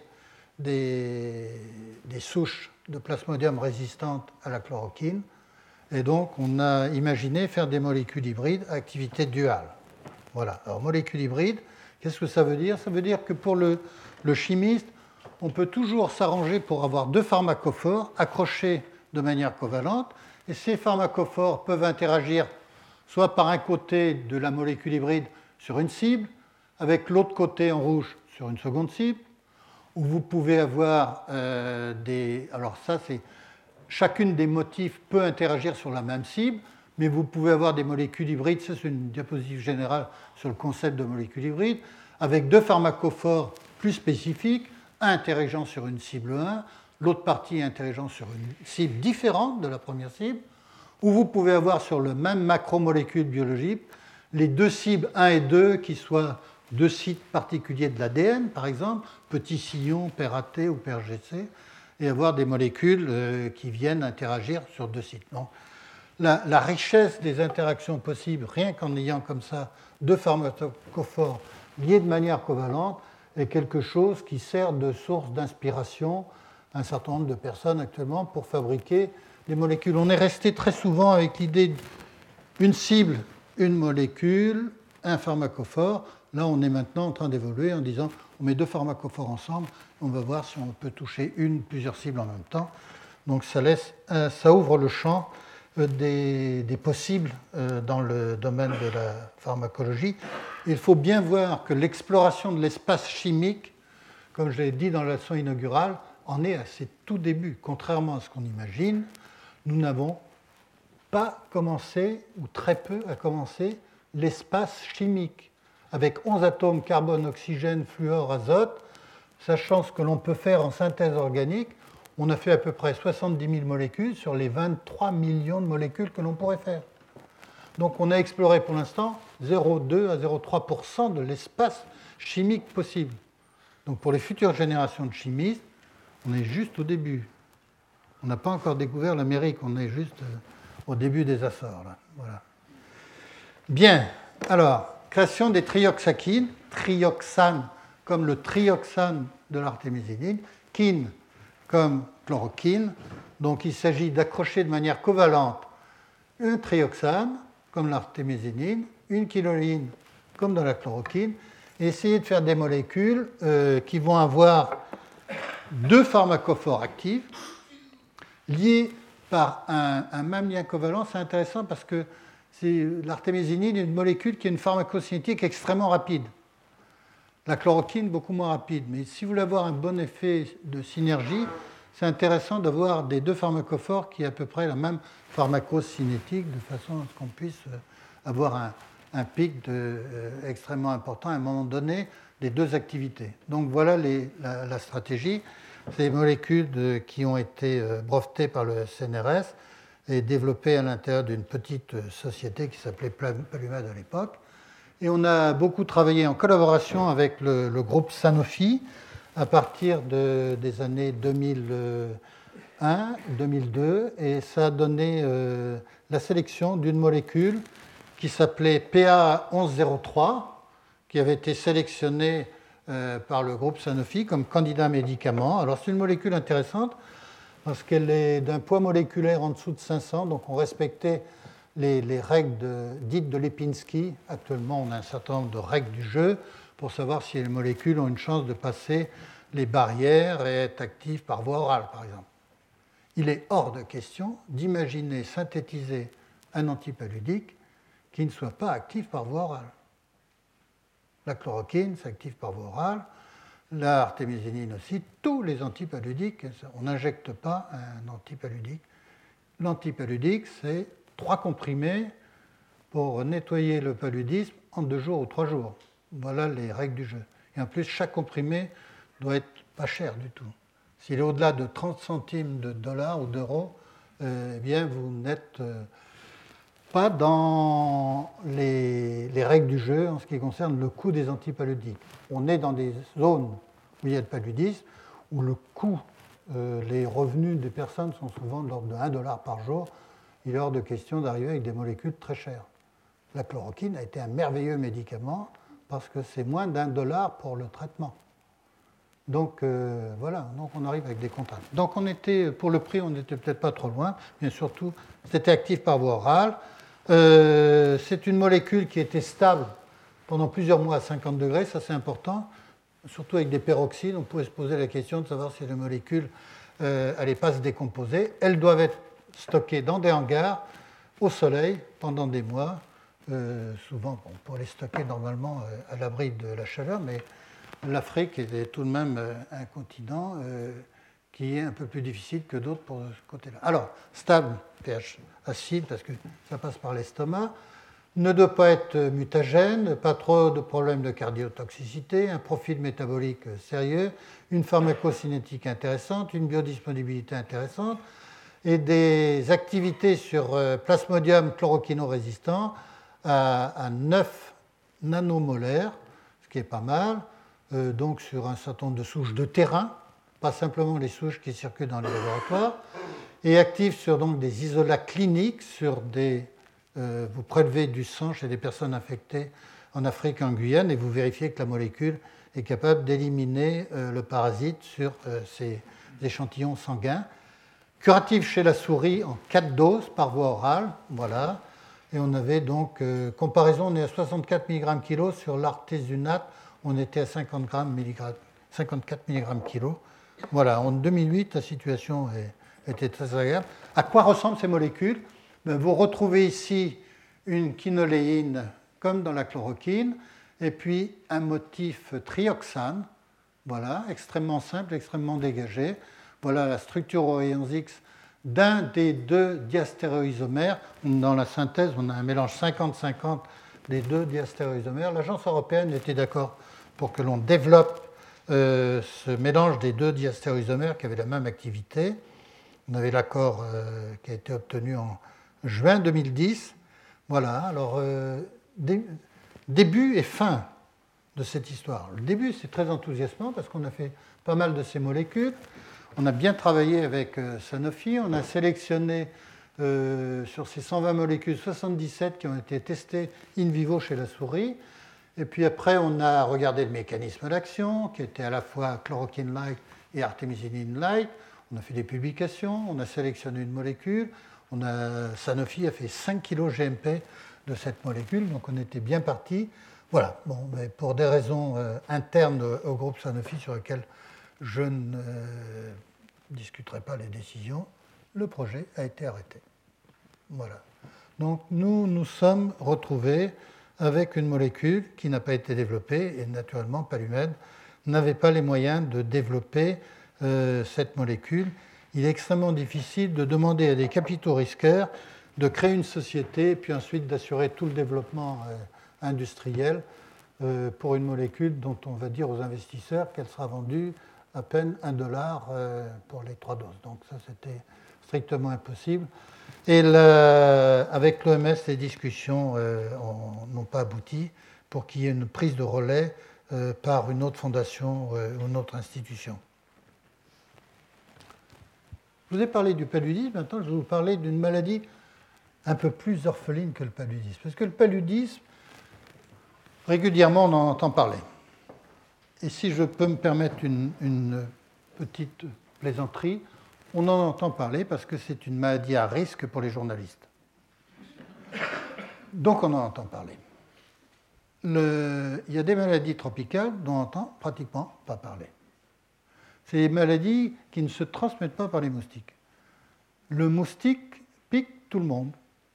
B: des, des souches de plasmodium résistantes à la chloroquine. Et donc, on a imaginé faire des molécules hybrides à activité duale. Voilà. Alors, molécules hybrides, qu'est-ce que ça veut dire? Ça veut dire que pour le, le chimiste, on peut toujours s'arranger pour avoir deux pharmacophores accrochés de manière covalente. Et ces pharmacophores peuvent interagir soit par un côté de la molécule hybride sur une cible, avec l'autre côté en rouge sur une seconde cible, où vous pouvez avoir euh, des... Alors ça, c'est... Chacune des motifs peut interagir sur la même cible, mais vous pouvez avoir des molécules hybrides, ça c'est une diapositive générale sur le concept de molécules hybrides, avec deux pharmacophores plus spécifiques, un interagissant sur une cible un, l'autre partie interagissant sur une cible différente de la première cible, où vous pouvez avoir sur le même macromolécule biologique les deux cibles un et deux qui soient deux sites particuliers de l'A D N, par exemple, petit sillon, pair A T ou pair G C, et avoir des molécules euh, qui viennent interagir sur deux sites. Donc, la, la richesse des interactions possibles, rien qu'en ayant comme ça deux pharmacophores liés de manière covalente, est quelque chose qui sert de source d'inspiration à un certain nombre de personnes actuellement pour fabriquer des molécules. On est resté très souvent avec l'idée d'une cible, une molécule, un pharmacophore. Là, on est maintenant en train d'évoluer en disant on met deux pharmacophores ensemble, on va voir si on peut toucher une, plusieurs cibles en même temps. Donc ça, laisse, ça ouvre le champ des, des possibles dans le domaine de la pharmacologie. Il faut bien voir que l'exploration de l'espace chimique, comme je l'ai dit dans la leçon inaugurale, en est à ses tout débuts. Contrairement à ce qu'on imagine, nous n'avons pas commencé, ou très peu à commencer, l'espace chimique, avec onze atomes carbone, oxygène, fluor, azote, sachant ce que l'on peut faire en synthèse organique, on a fait à peu près soixante-dix mille molécules sur les vingt-trois millions de molécules que l'on pourrait faire. Donc on a exploré pour l'instant zéro virgule deux à zéro virgule trois pour cent de l'espace chimique possible. Donc pour les futures générations de chimistes, on est juste au début. On n'a pas encore découvert l'Amérique, on est juste au début des Açores. Là. Voilà. Bien, alors, création des trioxaquines, trioxane comme le trioxane de l'artémisinine, quine comme chloroquine. Donc il s'agit d'accrocher de manière covalente un trioxane comme l'artémisinine, une quinoline comme dans la chloroquine, et essayer de faire des molécules euh, qui vont avoir deux pharmacophores actifs liés par un, un même lien covalent. C'est intéressant parce que l'artémisinine est une molécule qui a une pharmacocinétique extrêmement rapide. La chloroquine, beaucoup moins rapide. Mais si vous voulez avoir un bon effet de synergie, c'est intéressant d'avoir des deux pharmacophores qui aient à peu près la même pharmacocinétique, de façon à ce qu'on puisse avoir un, un pic de, euh, extrêmement important à un moment donné des deux activités. Donc voilà les, la, la stratégie. Ces molécules de, qui ont été euh, brevetées par le C N R S et développées à l'intérieur d'une petite société qui s'appelait Palumed à l'époque. Et on a beaucoup travaillé en collaboration avec le, le groupe Sanofi à partir de, des années deux mille un deux mille deux, et ça a donné euh, la sélection d'une molécule qui s'appelait P A onze zéro trois, qui avait été sélectionnée euh, par le groupe Sanofi comme candidat médicament. Alors c'est une molécule intéressante parce qu'elle est d'un poids moléculaire en dessous de cinq cents, donc on respectait les, les règles de, dites de Lipinski. Actuellement, on a un certain nombre de règles du jeu pour savoir si les molécules ont une chance de passer les barrières et être actives par voie orale, par exemple. Il est hors de question d'imaginer synthétiser un antipaludique qui ne soit pas actif par voie orale. La chloroquine s'active par voie orale, la artémisinine aussi, tous les antipaludiques, on n'injecte pas un antipaludique. L'antipaludique, c'est trois comprimés pour nettoyer le paludisme en deux jours ou trois jours. Voilà les règles du jeu. Et en plus, chaque comprimé doit être pas cher du tout. S'il est au-delà de trente centimes de dollars ou d'euros, euh, eh bien, vous n'êtes euh, pas dans les, les règles du jeu en ce qui concerne le coût des antipaludiques. On est dans des zones où il y a le paludisme, où le coût, euh, les revenus des personnes sont souvent de l'ordre de un dollar par jour. Il est hors de question d'arriver avec des molécules très chères. La chloroquine a été un merveilleux médicament parce que c'est moins d'un dollar pour le traitement. Donc euh, voilà, donc on arrive avec des contraintes. Donc on était, pour le prix, on n'était peut-être pas trop loin, mais surtout, c'était actif par voie orale. Euh, c'est une molécule qui était stable pendant plusieurs mois à cinquante degrés, ça c'est important, surtout avec des peroxydes. On pouvait se poser la question de savoir si les molécules n'allaient euh, pas se décomposer. Elles doivent être stockées dans des hangars, au soleil, pendant des mois. Euh, souvent, bon, pour les stocker normalement euh, à l'abri de la chaleur, mais l'Afrique est tout de même un continent euh, qui est un peu plus difficile que d'autres pour ce côté-là. Alors, stable, pH acide, parce que ça passe par l'estomac, ne doit pas être mutagène, pas trop de problèmes de cardiotoxicité, un profil métabolique sérieux, une pharmacocinétique intéressante, une biodisponibilité intéressante, et des activités sur plasmodium chloroquinorésistant à, à neuf nanomolaires, ce qui est pas mal. Euh, donc sur un certain nombre de souches de terrain, pas simplement les souches qui circulent dans les laboratoires, et actif sur donc, des isolats cliniques, sur des, euh, vous prélevez du sang chez des personnes infectées en Afrique et en Guyane, et vous vérifiez que la molécule est capable d'éliminer euh, le parasite sur euh, ces échantillons sanguins. Curatif chez la souris en quatre doses par voie orale, voilà. Et on avait donc, euh, comparaison, on est à soixante-quatre milligrammes par kilo sur l'artésunate, on était à cinquante grammes, cinquante-quatre milligrammes par kilo. Voilà, en deux mille huit, la situation est, était très agréable. À quoi ressemblent ces molécules? Vous retrouvez ici une quinoléine comme dans la chloroquine, et puis un motif trioxane, voilà, extrêmement simple, extrêmement dégagé. Voilà la structure au rayons X d'un des deux diastéréoisomères. Dans la synthèse, on a un mélange cinquante cinquante des deux diastéréoisomères. L'Agence européenne était d'accord pour que l'on développe euh, ce mélange des deux diastéréoisomères qui avaient la même activité. On avait l'accord euh, qui a été obtenu en juin deux mille dix. Voilà, alors euh, dé, début et fin de cette histoire. Le début, c'est très enthousiasmant parce qu'on a fait pas mal de ces molécules. On a bien travaillé avec euh, Sanofi. On a sélectionné euh, sur ces cent vingt molécules, soixante-dix-sept qui ont été testées in vivo chez la souris. Et puis après, on a regardé le mécanisme d'action, qui était à la fois chloroquine-like et artémisinine-like. On a fait des publications, on a sélectionné une molécule. On a, Sanofi a fait cinq kilos G M P de cette molécule, donc on était bien parti. Voilà, bon, mais pour des raisons euh, internes au groupe Sanofi sur lesquelles je ne euh, discuterai pas les décisions, le projet a été arrêté. Voilà. Donc nous nous sommes retrouvés avec une molécule qui n'a pas été développée, et naturellement Palumed n'avait pas les moyens de développer euh, cette molécule, il est extrêmement difficile de demander à des capitaux risqueurs de créer une société et puis ensuite d'assurer tout le développement euh, industriel euh, pour une molécule dont on va dire aux investisseurs qu'elle sera vendue à peine un dollar euh, pour les trois doses. Donc ça, c'était strictement impossible. Et le, avec l'O M S, les discussions euh, n'ont pas abouti pour qu'il y ait une prise de relais euh, par une autre fondation euh, ou une autre institution. Je vous ai parlé du paludisme, maintenant je vais vous parler d'une maladie un peu plus orpheline que le paludisme. Parce que le paludisme, régulièrement on en entend parler. Et si je peux me permettre une, une petite plaisanterie, on en entend parler parce que c'est une maladie à risque pour les journalistes. Donc on en entend parler. Le, il y a des maladies tropicales dont on n'entend pratiquement pas parler. C'est des maladies qui ne se transmettent pas par les moustiques. Le moustique pique tout le monde.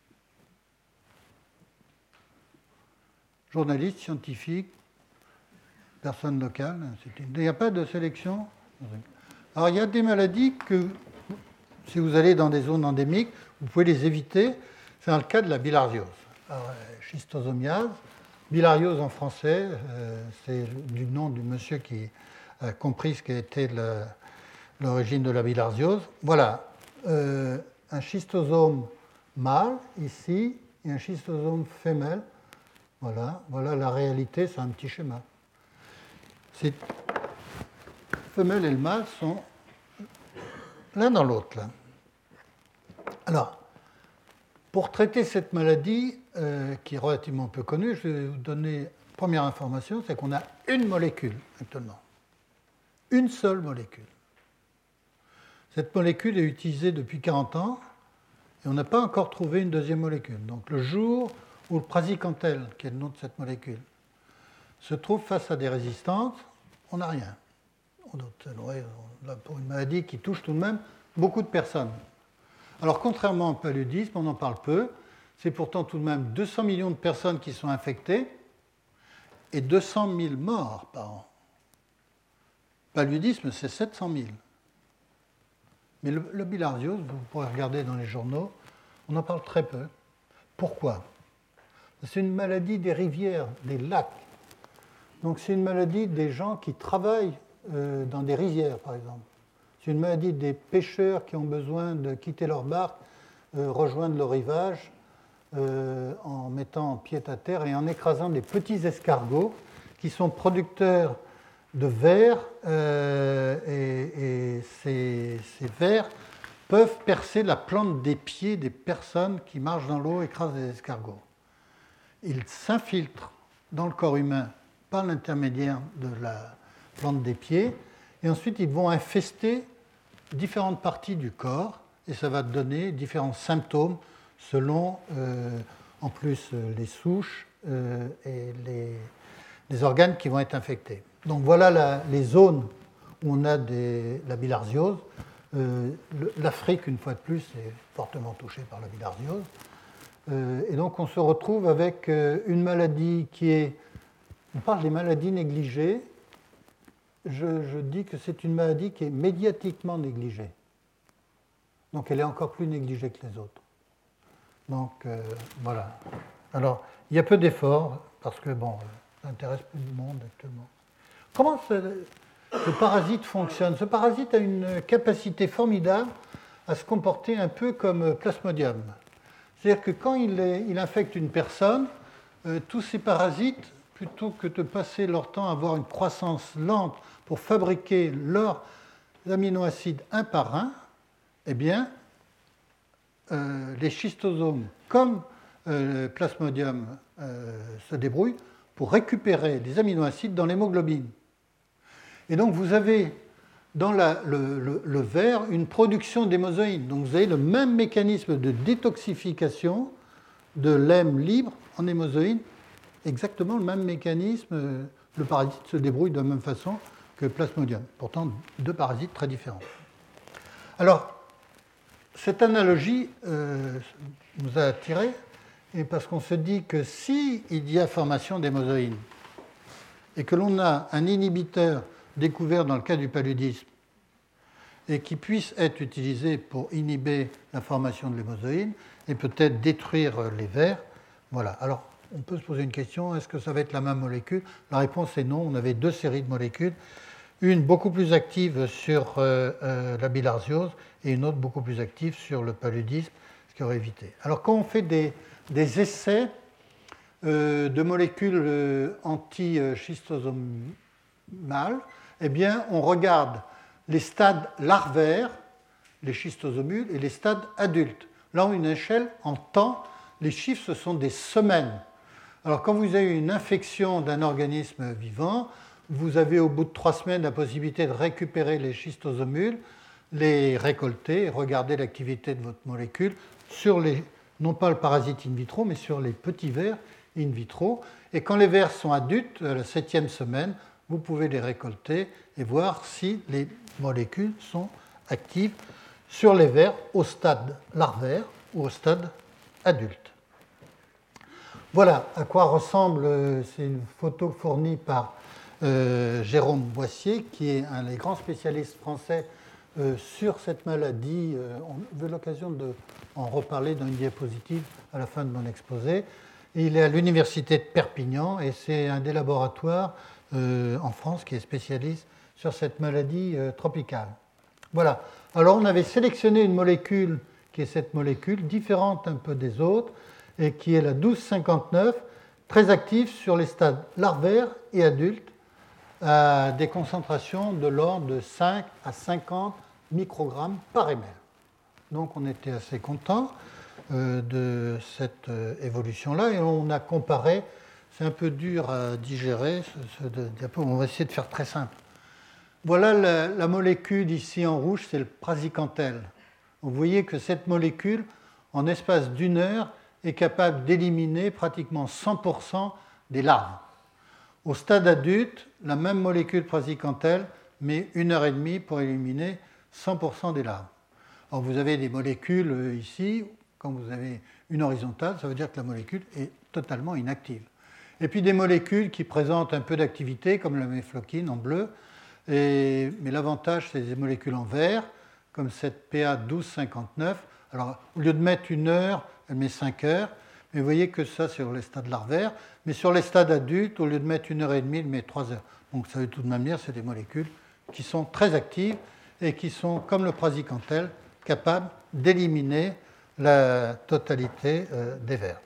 B: Journalistes, scientifiques, personnes locales, il n'y a pas de sélection. Alors il y a des maladies que, si vous allez dans des zones endémiques, vous pouvez les éviter. C'est dans le cas de la bilharziose. Alors, schistosomiase, bilharziose en français, euh, c'est du nom du monsieur qui a compris ce qu'était le, l'origine de la bilharziose. Voilà, euh, un schistosome mâle ici et un schistosome femelle. Voilà, voilà la réalité, c'est un petit schéma. Le femelle et le mâle sont l'un dans l'autre. Là. Alors, pour traiter cette maladie, euh, qui est relativement peu connue, je vais vous donner une première information, c'est qu'on a une molécule actuellement. Une seule molécule. Cette molécule est utilisée depuis quarante ans et on n'a pas encore trouvé une deuxième molécule. Donc le jour où le praziquantel, qui est le nom de cette molécule, se trouve face à des résistances, on n'a rien. Pour une maladie qui touche tout de même beaucoup de personnes. Alors, contrairement au paludisme, on en parle peu. C'est pourtant tout de même deux cents millions de personnes qui sont infectées et deux cent mille morts par an. Paludisme, c'est sept cent mille. Mais le, le bilharziose, vous pourrez regarder dans les journaux, on en parle très peu. Pourquoi ? C'est une maladie des rivières, des lacs. Donc c'est une maladie des gens qui travaillent euh, dans des rizières, par exemple. C'est une maladie des pêcheurs qui ont besoin de quitter leur barque, euh, rejoindre le rivage euh, en mettant pied à terre et en écrasant des petits escargots qui sont producteurs de vers euh, et, et ces, ces vers peuvent percer la plante des pieds des personnes qui marchent dans l'eau et écrasent des escargots. Ils s'infiltrent dans le corps humain par l'intermédiaire de la plante des pieds, et ensuite ils vont infester différentes parties du corps, et ça va donner différents symptômes selon, euh, en plus, les souches euh, et les, les organes qui vont être infectés. Donc voilà la, les zones où on a des, la bilharziose. Euh, L'Afrique, une fois de plus, est fortement touchée par la bilharziose. Euh, et donc on se retrouve avec euh, une maladie qui est... On parle des maladies négligées. Je, je dis que c'est une maladie qui est médiatiquement négligée. Donc elle est encore plus négligée que les autres. Donc euh, voilà. Alors il y a peu d'efforts parce que bon, ça intéresse peu du monde actuellement. Comment ce, ce parasite fonctionne ? Ce parasite a une capacité formidable à se comporter un peu comme Plasmodium. C'est-à-dire que quand il, est, il infecte une personne, euh, tous ces parasites, plutôt que de passer leur temps à avoir une croissance lente pour fabriquer leurs aminoacides un par un, eh bien, euh, les schistosomes, comme euh, Plasmodium, euh, se débrouillent pour récupérer des aminoacides dans l'hémoglobine. Et donc, vous avez dans la, le, le, le ver une production d'hémozoïdes. Donc, vous avez le même mécanisme de détoxification de l'hème libre en hémozoïdes, exactement le même mécanisme. Le parasite se débrouille de la même façon que Plasmodium. Pourtant, deux parasites très différents. Alors, cette analogie euh, nous a attirés, et parce qu'on se dit que s'il y a formation d'hémozoïdes et que l'on a un inhibiteur découvert dans le cas du paludisme et qui puisse être utilisé pour inhiber la formation de l'hémozoïne et peut-être détruire les vers. Voilà. Alors, on peut se poser une question, est-ce que ça va être la même molécule? La réponse est non. On avait deux séries de molécules, une beaucoup plus active sur euh, euh, la bilharziose et une autre beaucoup plus active sur le paludisme, ce qui aurait évité. Alors, quand on fait des, des essais euh, de molécules euh, anti-schistosomales, eh bien, on regarde les stades larvaires, les schistosomules, et les stades adultes. Là, on a une échelle en temps. Les chiffres, ce sont des semaines. Alors, quand vous avez une infection d'un organisme vivant, vous avez au bout de trois semaines la possibilité de récupérer les schistosomules, les récolter et regarder l'activité de votre molécule sur les, non pas le parasite in vitro, mais sur les petits vers in vitro. Et quand les vers sont adultes, à la septième semaine, vous pouvez les récolter et voir si les molécules sont actives sur les vers au stade larvaire ou au stade adulte. Voilà à quoi ressemble, c'est une photo fournie par euh, Jérôme Boissier, qui est un des grands spécialistes français euh, sur cette maladie. Euh, on a eu l'occasion d'en reparler dans une diapositive à la fin de mon exposé. Et il est à l'université de Perpignan et c'est un des laboratoires euh, en France qui est spécialiste sur cette maladie euh, tropicale. Voilà. Alors on avait sélectionné une molécule qui est cette molécule, différente un peu des autres, et qui est la douze cinquante-neuf, très active sur les stades larvaires et adultes, à des concentrations de l'ordre de cinq à cinquante microgrammes par ml. Donc on était assez content euh, de cette euh, évolution-là, et on a comparé, c'est un peu dur à digérer, ce, ce diapo, on va essayer de faire très simple. Voilà la, la molécule ici en rouge, c'est le praziquantel. Vous voyez que cette molécule, en espace d'une heure, est capable d'éliminer pratiquement cent pour cent des larves. Au stade adulte, la même molécule praziquantel met une heure et demie pour éliminer cent pour cent des larves. Alors vous avez des molécules ici, quand vous avez une horizontale, ça veut dire que la molécule est totalement inactive. Et puis des molécules qui présentent un peu d'activité, comme la méfloquine en bleu, et, mais l'avantage, c'est des molécules en vert, comme cette P A douze cinquante-neuf. Alors, au lieu de mettre une heure, elle met cinq heures, mais vous voyez que ça, c'est sur les stades larvaires. Mais sur les stades adultes, au lieu de mettre une heure et demie, elle met trois heures. Donc, ça veut tout de même dire que c'est des molécules qui sont très actives et qui sont, comme le praziquantel, capables d'éliminer la totalité des vers.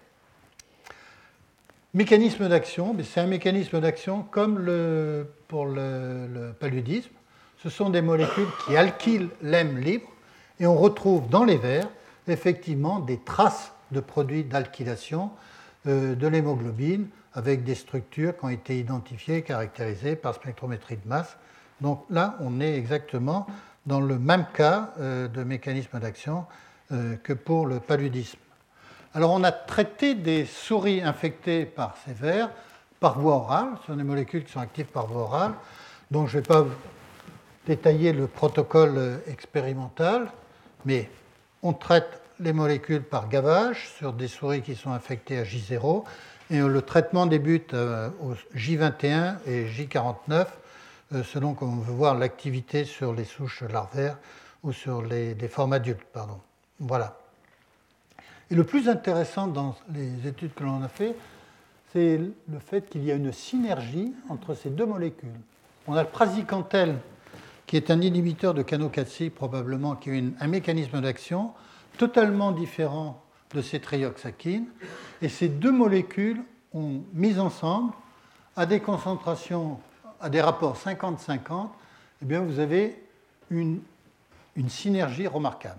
B: Mécanisme d'action, c'est un mécanisme d'action comme le, pour le, le paludisme. Ce sont des molécules qui alkylent l'hème libre et on retrouve dans les vers effectivement des traces de produits d'alkylation euh, de l'hémoglobine avec des structures qui ont été identifiées et caractérisées par spectrométrie de masse. Donc là, on est exactement dans le même cas euh, de mécanisme d'action euh, que pour le paludisme. Alors on a traité des souris infectées par ces vers par voie orale. Ce sont des molécules qui sont actives par voie orale. Donc je ne vais pas détailler le protocole expérimental, mais on traite les molécules par gavage sur des souris qui sont infectées à J zéro et le traitement débute au J vingt et un et J quarante-neuf selon qu'on veut voir l'activité sur les souches larvaires ou sur les, les formes adultes. Pardon. Voilà. Et le plus intéressant dans les études que l'on a fait, c'est le fait qu'il y a une synergie entre ces deux molécules. On a le praziquantel, qui est un inhibiteur de canaux quatre C, probablement, qui a une, un mécanisme d'action totalement différent de ces trioxaquines. Et ces deux molécules ont mis ensemble, à des concentrations, à des rapports cinquante cinquante, eh bien vous avez une, une synergie remarquable.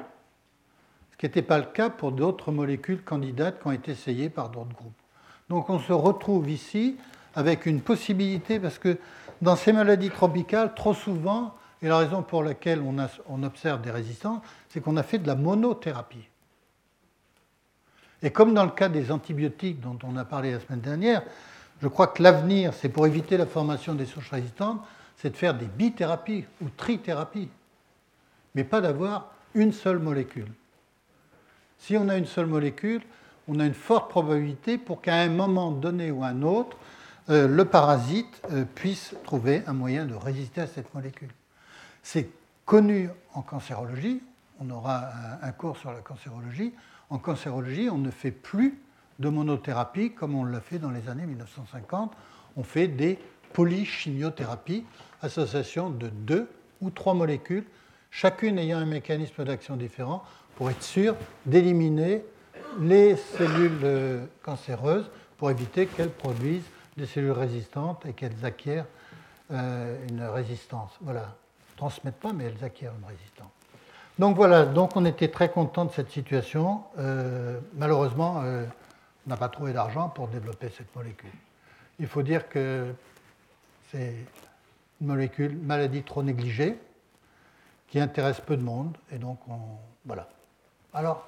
B: Ce qui n'était pas le cas pour d'autres molécules candidates qui ont été essayées par d'autres groupes. Donc on se retrouve ici avec une possibilité, parce que dans ces maladies tropicales, trop souvent, et la raison pour laquelle on, a, on observe des résistances, c'est qu'on a fait de la monothérapie. Et comme dans le cas des antibiotiques dont on a parlé la semaine dernière, je crois que l'avenir, c'est pour éviter la formation des souches résistantes, c'est de faire des bithérapies ou trithérapies, mais pas d'avoir une seule molécule. Si on a une seule molécule, on a une forte probabilité pour qu'à un moment donné ou à un autre, euh, le parasite euh, puisse trouver un moyen de résister à cette molécule. C'est connues en cancérologie. On aura un, un cours sur la cancérologie. En cancérologie, on ne fait plus de monothérapie comme on l'a fait dans les années mille neuf cent cinquante. On fait des polychimiothérapies, association de deux ou trois molécules, chacune ayant un mécanisme d'action différent pour être sûr d'éliminer les cellules cancéreuses pour éviter qu'elles produisent des cellules résistantes et qu'elles acquièrent euh, une résistance. Voilà, elles ne transmettent pas, mais elles acquièrent une résistance. Donc voilà, donc on était très content de cette situation. Euh, malheureusement, euh, on n'a pas trouvé d'argent pour développer cette molécule. Il faut dire que c'est une molécule maladie trop négligée qui intéresse peu de monde, et donc on, voilà. Alors,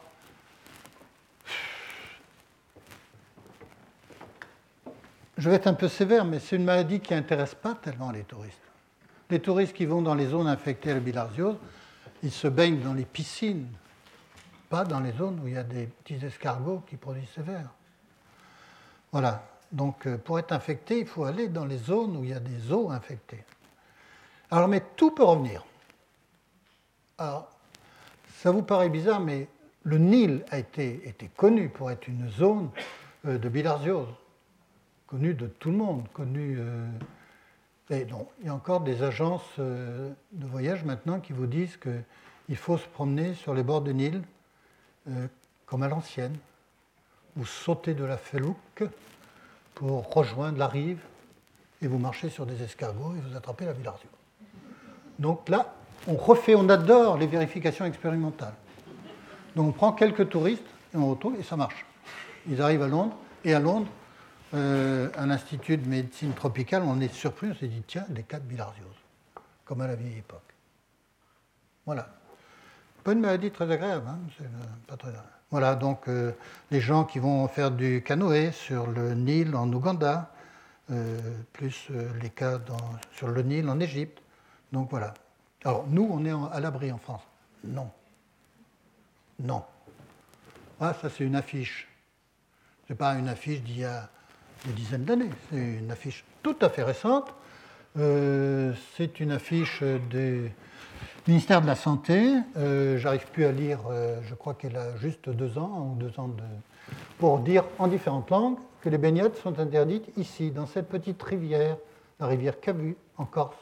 B: je vais être un peu sévère, mais c'est une maladie qui n'intéresse pas tellement les touristes. Les touristes qui vont dans les zones infectées à la bilharziose, ils se baignent dans les piscines, pas dans les zones où il y a des petits escargots qui produisent ces vers. Voilà. Donc, pour être infecté, il faut aller dans les zones où il y a des eaux infectées. Alors, mais tout peut revenir. Alors, ça vous paraît bizarre, mais le Nil a été, été connu pour être une zone euh, de bilharziose, connue de tout le monde, connue... Euh, et donc, il y a encore des agences euh, de voyage maintenant qui vous disent qu'il faut se promener sur les bords du Nil, euh, comme à l'ancienne. Vous sautez de la felouque pour rejoindre la rive, et vous marchez sur des escargots et vous attrapez la bilharziose. Donc là, on refait, on adore les vérifications expérimentales. Donc on prend quelques touristes et on retrouve, et ça marche. Ils arrivent à Londres, et à Londres, euh, à l'Institut de médecine tropicale, on est surpris, on s'est dit, tiens, des cas de bilharziose, comme à la vieille époque. Voilà. Pas une maladie très agréable, hein, c'est pas très agréable. Voilà, donc euh, les gens qui vont faire du canoë sur le Nil en Ouganda, euh, plus euh, les cas dans, sur le Nil en Égypte. Donc voilà. Alors nous, on est en, à l'abri en France. Non. Non. Ah, ça c'est une affiche. Ce n'est pas une affiche d'il y a des dizaines d'années. C'est une affiche tout à fait récente. Euh, c'est une affiche des... Ministère de la Santé, euh, j'arrive plus à lire, euh, je crois qu'elle a juste deux ans, ou deux ans de... pour dire en différentes langues que les baignades sont interdites ici, dans cette petite rivière, la rivière Cabu, en Corse.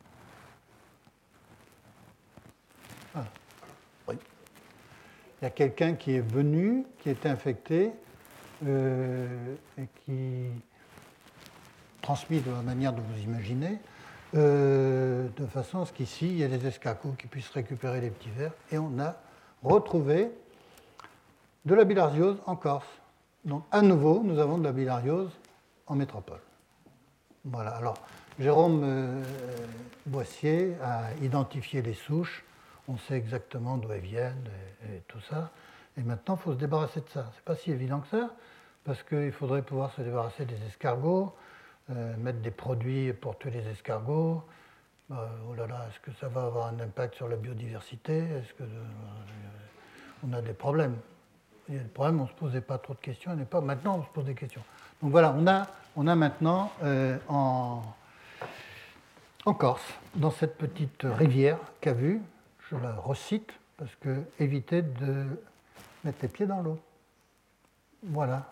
B: Ah, oui. Il y a quelqu'un qui est venu, qui était infecté, euh, et qui transmis de la manière dont vous imaginez, Euh, de façon à ce qu'ici, il y ait des escargots qui puissent récupérer les petits vers. Et on a retrouvé de la bilharziose en Corse. Donc, à nouveau, nous avons de la bilharziose en métropole. Voilà. Alors, Jérôme euh, Boissier a identifié les souches. On sait exactement d'où elles viennent et, et tout ça. Et maintenant, il faut se débarrasser de ça. Ce n'est pas si évident que ça, parce qu'il faudrait pouvoir se débarrasser des escargots, Euh, mettre des produits pour tuer les escargots. Euh, oh là là, est-ce que ça va avoir un impact sur la biodiversité? Est-ce que euh, on a des problèmes? Il y a des problèmes, on ne se posait pas trop de questions, et pas maintenant on se pose des questions. Donc voilà, on a, on a maintenant euh, en, en Corse, dans cette petite rivière Cavu, je la recite parce que éviter de mettre les pieds dans l'eau. Voilà.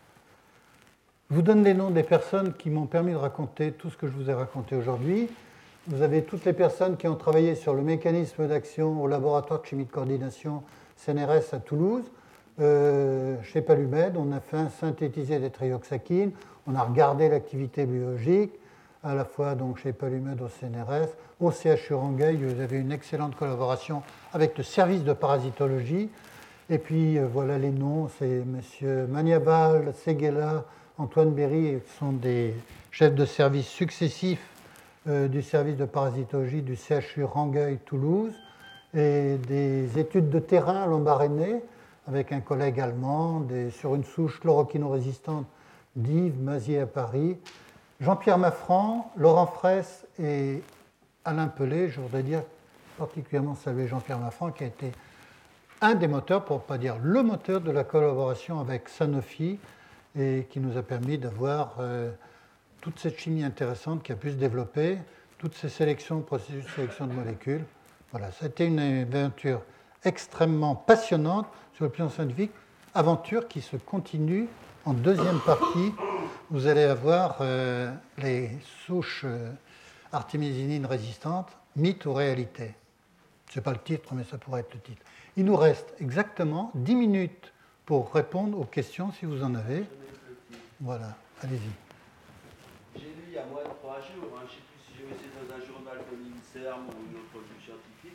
B: Je vous donne les noms des personnes qui m'ont permis de raconter tout ce que je vous ai raconté aujourd'hui. Vous avez toutes les personnes qui ont travaillé sur le mécanisme d'action au laboratoire de chimie de coordination C N R S à Toulouse. Euh, chez Palumed, on a fait synthétiser des trioxaquines, on a regardé l'activité biologique, à la fois donc chez Palumed au C N R S, au C H U Rangueil, vous avez une excellente collaboration avec le service de parasitologie. Et puis euh, voilà les noms, c'est M. Maniaval, Seguela, Antoine Berry, qui sont des chefs de service successifs euh, du service de parasitologie du C H U Rangueil-Toulouse et des études de terrain à Lambaréné avec un collègue allemand des, sur une souche chloroquino-résistante d'Yves Mazier à Paris. Jean-Pierre Maffran, Laurent Fraisse et Alain Pelé, je voudrais dire particulièrement saluer Jean-Pierre Maffran qui a été un des moteurs, pour ne pas dire le moteur de la collaboration avec Sanofi, et qui nous a permis d'avoir euh, toute cette chimie intéressante qui a pu se développer, toutes ces sélections, processus de sélection de molécules. Voilà, c'était une aventure extrêmement passionnante sur le plan scientifique, aventure qui se continue en deuxième partie. Vous allez avoir euh, les souches euh, artémisinines résistantes, mythe ou réalité. Ce n'est pas le titre, mais ça pourrait être le titre. Il nous reste exactement dix minutes pour répondre aux questions si vous en avez. Voilà, allez-y.
C: J'ai lu il y a moins de trois jours, hein, je ne sais plus si j'ai vu c'est dans un journal comme l'INSERM ou une autre revue scientifique,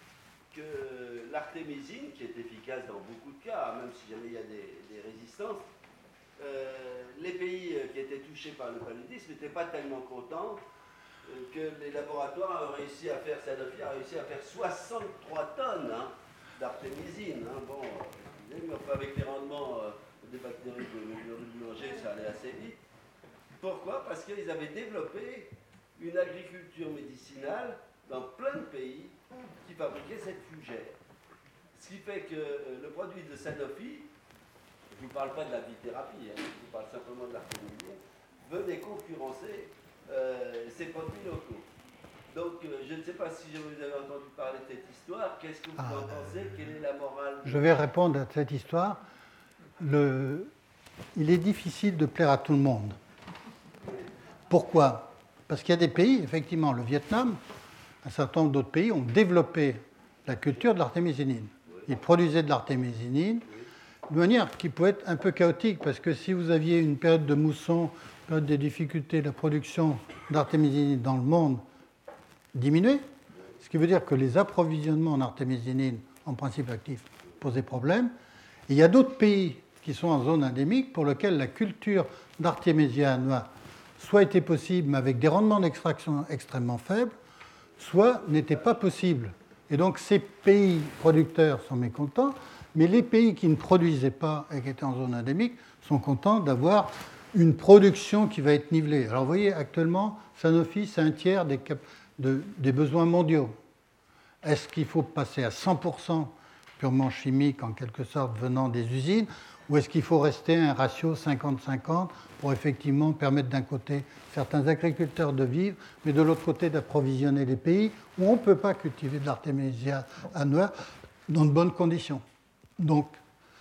C: que l'artémisine, qui est efficace dans beaucoup de cas, même si jamais il y a des, des résistances, euh, les pays qui étaient touchés par le paludisme n'étaient pas tellement contents euh, que les laboratoires ont réussi à faire, Sanofi a réussi à faire soixante-trois tonnes hein, d'artémisine. Hein. Bon, mais enfin, avec les rendements euh, des bactéries de levure de boulanger, ça allait assez vite. Pourquoi? Parce qu'ils avaient développé une agriculture médicinale dans plein de pays qui fabriquaient cette fougère. Ce qui fait que euh, le produit de Sanofi, je ne vous parle pas de la bithérapie, hein, je vous parle simplement de l'artémisine, venait concurrencer euh, ces produits locaux. Donc, euh, je ne sais pas si vous avez entendu parler de cette histoire. Qu'est-ce que vous ah, en pensez? Quelle est la morale?
B: Je vais répondre à cette histoire. Le... Il est difficile de plaire à tout le monde. Pourquoi? Parce qu'il y a des pays, effectivement, le Vietnam, un certain nombre d'autres pays ont développé la culture de l'artémisinine. Ils produisaient de l'artémisinine de manière qui pouvait être un peu chaotique, parce que si vous aviez une période de mousson, une période de difficulté de la production d'artémisinine dans le monde diminuait, ce qui veut dire que les approvisionnements en artémisinine, en principe actif, posaient problème. Et il y a d'autres pays qui sont en zone endémique pour lesquels la culture d'Artémisia annua soit était possible, mais avec des rendements d'extraction extrêmement faibles, soit n'était pas possible. Et donc ces pays producteurs sont mécontents, mais les pays qui ne produisaient pas et qui étaient en zone endémique sont contents d'avoir une production qui va être nivelée. Alors vous voyez, actuellement, Sanofi, c'est un tiers des, cap- de, des besoins mondiaux. Est-ce qu'il faut passer à cent pour cent purement chimique, en quelque sorte, venant des usines, ou est-ce qu'il faut rester à un ratio cinquante cinquante pour effectivement permettre d'un côté certains agriculteurs de vivre, mais de l'autre côté d'approvisionner les pays où on ne peut pas cultiver de l'artémisia annua dans de bonnes conditions. Donc,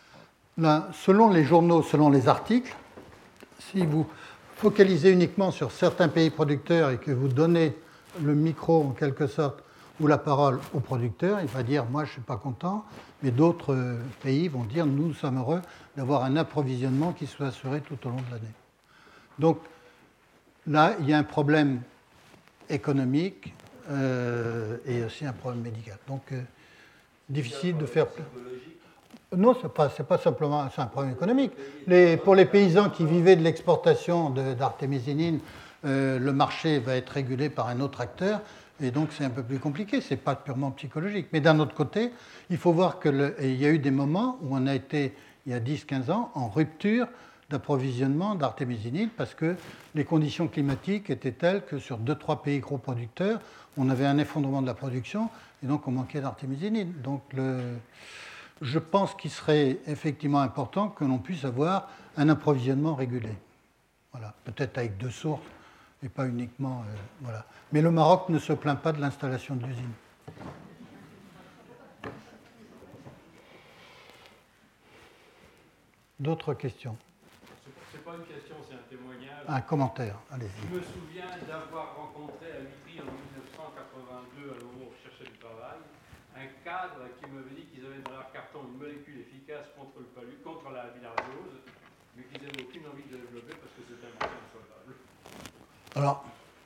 B: là, selon les journaux, selon les articles, si vous focalisez uniquement sur certains pays producteurs et que vous donnez le micro, en quelque sorte, ou la parole au producteur, il va dire « moi, je ne suis pas content », mais d'autres pays vont dire « nous sommes heureux d'avoir un approvisionnement qui soit assuré tout au long de l'année ». Donc, là, il y a un problème économique euh, et aussi un problème médical. Donc, euh, difficile de faire... Non, ce n'est pas, c'est pas simplement c'est un problème économique. Les, pour les paysans qui vivaient de l'exportation de, d'artémisinine, euh, le marché va être régulé par un autre acteur, et donc c'est un peu plus compliqué, ce n'est pas purement psychologique. Mais d'un autre côté, il faut voir qu'il y a eu des moments où on a été, il y a dix à quinze ans, en rupture d'approvisionnement d'artémisinine, parce que les conditions climatiques étaient telles que sur deux trois pays gros producteurs, on avait un effondrement de la production, et donc on manquait d'artémisinine. Donc le... Je pense qu'il serait effectivement important que l'on puisse avoir un approvisionnement régulé. Voilà, peut-être avec deux sources et pas uniquement. Euh, voilà. Mais le Maroc ne se plaint pas de l'installation de l'usine. D'autres questions?
D: Ce n'est pas une question, c'est un témoignage.
B: Un commentaire, allez-y.
D: Je me souviens d'avoir rencontré à Vitry en mille neuf cent quatre-vingt-deux, à moment où je cherchais du travail, un cadre qui m'avait dit qu'ils avaient dans leur carton une molécule efficace contre le palu, contre la bilharziose, mais qu'ils n'avaient aucune envie de développer parce que c'était un marché insolvable.
B: Alors,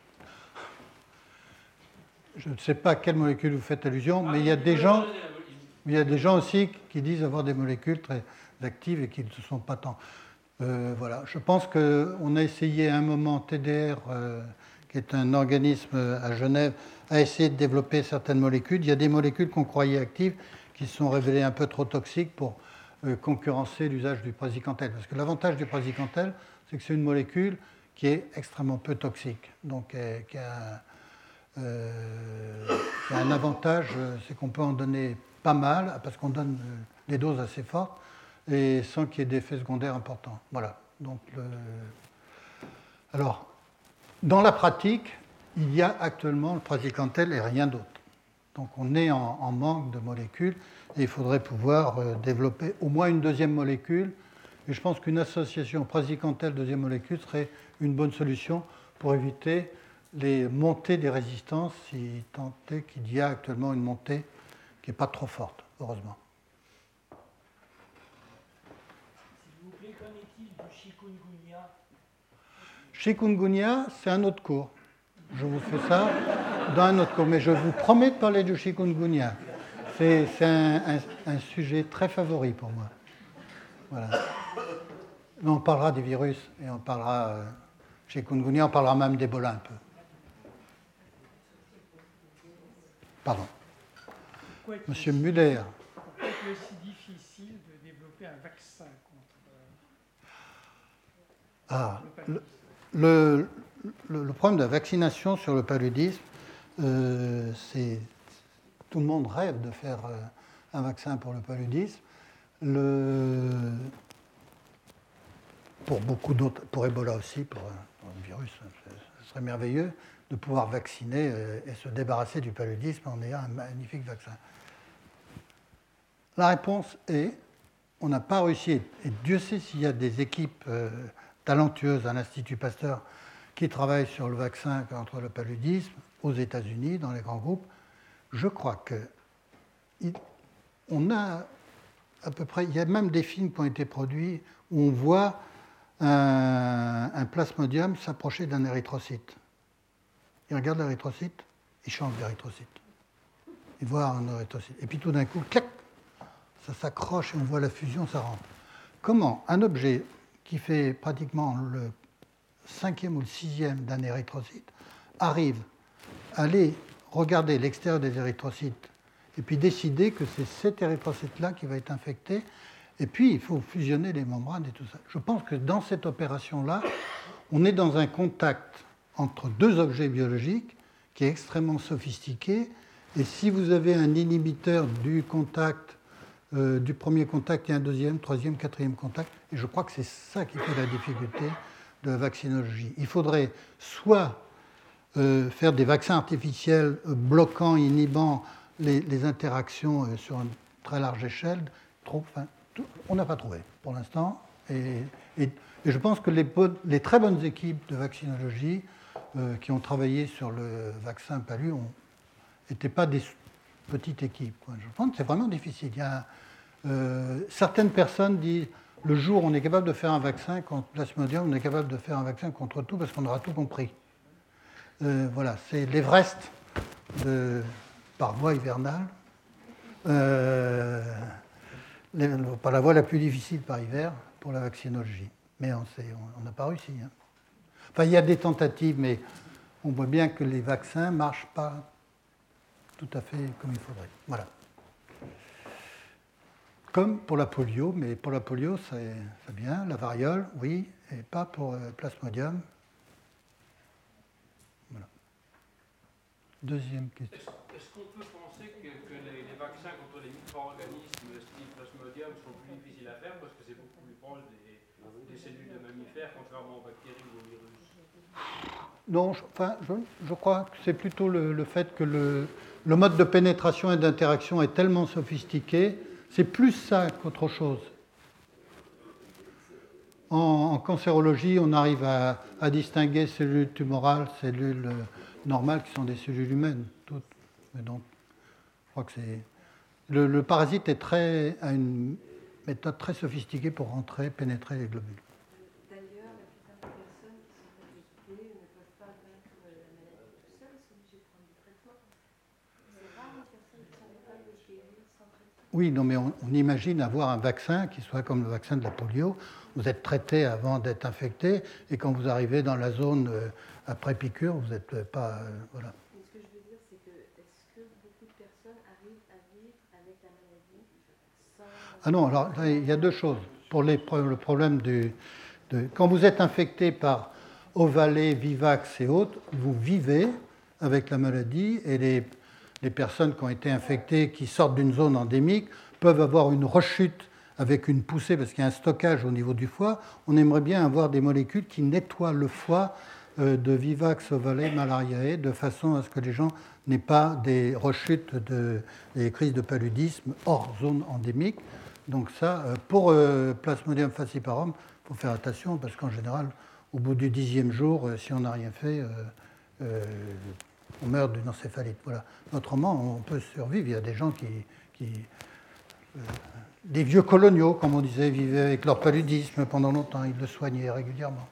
B: je ne sais pas à quelle molécule vous faites allusion, ah, mais il y a des gens, il y a des gens aussi qui disent avoir des molécules très actives et qui ne sont pas tant. Euh, voilà, je pense qu'on a essayé à un moment T D R, euh, qui est un organisme à Genève, a essayé de développer certaines molécules. Il y a des molécules qu'on croyait actives qui se sont révélées un peu trop toxiques pour euh, concurrencer l'usage du praziquantel. Parce que l'avantage du praziquantel, c'est que c'est une molécule qui est extrêmement peu toxique. Donc, euh, qui, a, euh, qui a un avantage, c'est qu'on peut en donner pas mal, parce qu'on donne euh, des doses assez fortes, et sans qu'il y ait d'effets secondaires importants. Voilà. Donc, le... Alors, dans la pratique, il y a actuellement le praziquantel et rien d'autre. Donc on est en, en manque de molécules et il faudrait pouvoir euh, développer au moins une deuxième molécule. Et je pense qu'une association praziquantel deuxième molécule serait une bonne solution pour éviter les montées des résistances, si tant est qu'il y a actuellement une montée qui n'est pas trop forte, heureusement.
E: S'il vous plaît, qu'en est-il du chikungunya?
B: Chikungunya, c'est un autre cours. Je vous fais ça dans un autre cours, mais je vous promets de parler du chikungunya. C'est, c'est un, un, un sujet très favori pour moi. Voilà. Mais on parlera des virus et on parlera euh, chikungunya, on parlera même d'Ebola un peu. Pardon.
E: Pourquoi
B: Monsieur Muller.
E: Pourquoi est-il aussi difficile de développer un vaccin contre euh,
B: Ah,
E: le
B: le,
E: paludisme?
B: le, le, le problème de la vaccination sur le paludisme, euh, c'est tout le monde rêve de faire euh, un vaccin pour le paludisme. Le, pour beaucoup d'autres, pour Ebola aussi, pour, pour le virus, ce serait merveilleux de pouvoir vacciner euh, et se débarrasser du paludisme en ayant un magnifique vaccin. La réponse est, on n'a pas réussi, et Dieu sait s'il y a des équipes euh, talentueuses à l'Institut Pasteur qui travaillent sur le vaccin contre le paludisme aux États-Unis, dans les grands groupes. Je crois que il, on a à peu près, il y a même des films qui ont été produits où on voit un, un plasmodium s'approcher d'un érythrocyte. Il regarde l'érythrocyte, il change d'érythrocyte. Il voit un érythrocyte. Et puis tout d'un coup, clac, ça s'accroche et on voit la fusion, ça rentre. Comment un objet qui fait pratiquement le cinquième ou le sixième d'un érythrocyte arrive à aller regarder l'extérieur des érythrocytes et puis décider que c'est cet érythrocyte-là qui va être infecté, et puis il faut fusionner les membranes et tout ça. Je pense que dans cette opération-là, on est dans un contact entre deux objets biologiques qui est extrêmement sophistiqué, et si vous avez un inhibiteur du contact, euh, du premier contact et un deuxième, troisième, quatrième contact, et je crois que c'est ça qui fait la difficulté de la vaccinologie. Il faudrait soit euh, faire des vaccins artificiels euh, bloquant, inhibant les, les interactions euh, sur une très large échelle, trop, enfin, tout, on n'a pas trouvé pour l'instant, et, et, et je pense que les, les très bonnes équipes de vaccinologie euh, qui ont travaillé sur le vaccin palu n'étaient pas des petites équipes, quoi. Je pense que c'est vraiment difficile. Il y a, euh, certaines personnes disent le jour où on est capable de faire un vaccin contre Plasmodium, on est capable de faire un vaccin contre tout parce qu'on aura tout compris. Euh, voilà, c'est l'Everest de, par voie hivernale. Euh, les, pas la voie la plus difficile par hiver pour la vaccinologie. Mais on n'a pas réussi. Hein. Enfin, il y a des tentatives, mais on voit bien que les vaccins ne marchent pas tout à fait comme il faudrait. Voilà. Comme pour la polio, mais pour la polio, c'est bien. La variole, oui, et pas pour le Plasmodium. Voilà. Deuxième question.
D: Est-ce, est-ce qu'on peut penser que, que les, les vaccins contre les micro-organismes style Plasmodium sont plus difficiles à faire parce que c'est beaucoup plus proche des, des cellules de mammifères, contrairement aux bactéries ou aux virus?
B: Non, je, enfin, je, je crois que c'est plutôt le, le fait que le, le mode de pénétration et d'interaction est tellement sophistiqué. C'est plus ça qu'autre chose. En, en cancérologie, on arrive à, à distinguer cellules tumorales, cellules normales qui sont des cellules humaines, toutes. Mais donc, je crois que c'est le, le parasite est très, a une méthode très sophistiquée pour rentrer, pénétrer les globules.
F: D'ailleurs, la plupart des personnes qui sont infectées ne peuvent pas vaincre la maladie tout seul, sont obligées de prendre du traitement. C'est rare les personnes qui sont capables de guérir sans traitement.
B: Oui, non, mais on, on imagine avoir un vaccin qui soit comme le vaccin de la polio. Vous êtes traité avant d'être infecté, et quand vous arrivez dans la zone euh, après piqûre, vous n'êtes pas... Euh, voilà.
F: Mais ce que je veux dire, c'est que est-ce que beaucoup de personnes arrivent à vivre avec la maladie sans...
B: Ah non, alors il y a deux choses. Pour les, le problème du... De, quand vous êtes infecté par Ovalet, Vivax et autres, vous vivez avec la maladie, et les, les personnes qui ont été infectées, qui sortent d'une zone endémique, peuvent avoir une rechute avec une poussée, parce qu'il y a un stockage au niveau du foie. On aimerait bien avoir des molécules qui nettoient le foie euh, de Vivax ovale malariae, de façon à ce que les gens n'aient pas des rechutes, de, des crises de paludisme hors zone endémique. Donc ça, euh, pour euh, Plasmodium falciparum, il faut faire attention parce qu'en général, au bout du dixième jour, euh, si on n'a rien fait, euh, euh, on meurt d'une encéphalite. Voilà. Autrement, on peut survivre. Il y a des gens qui... qui euh, des vieux coloniaux, comme on disait, vivaient avec leur paludisme pendant longtemps. Ils le soignaient régulièrement.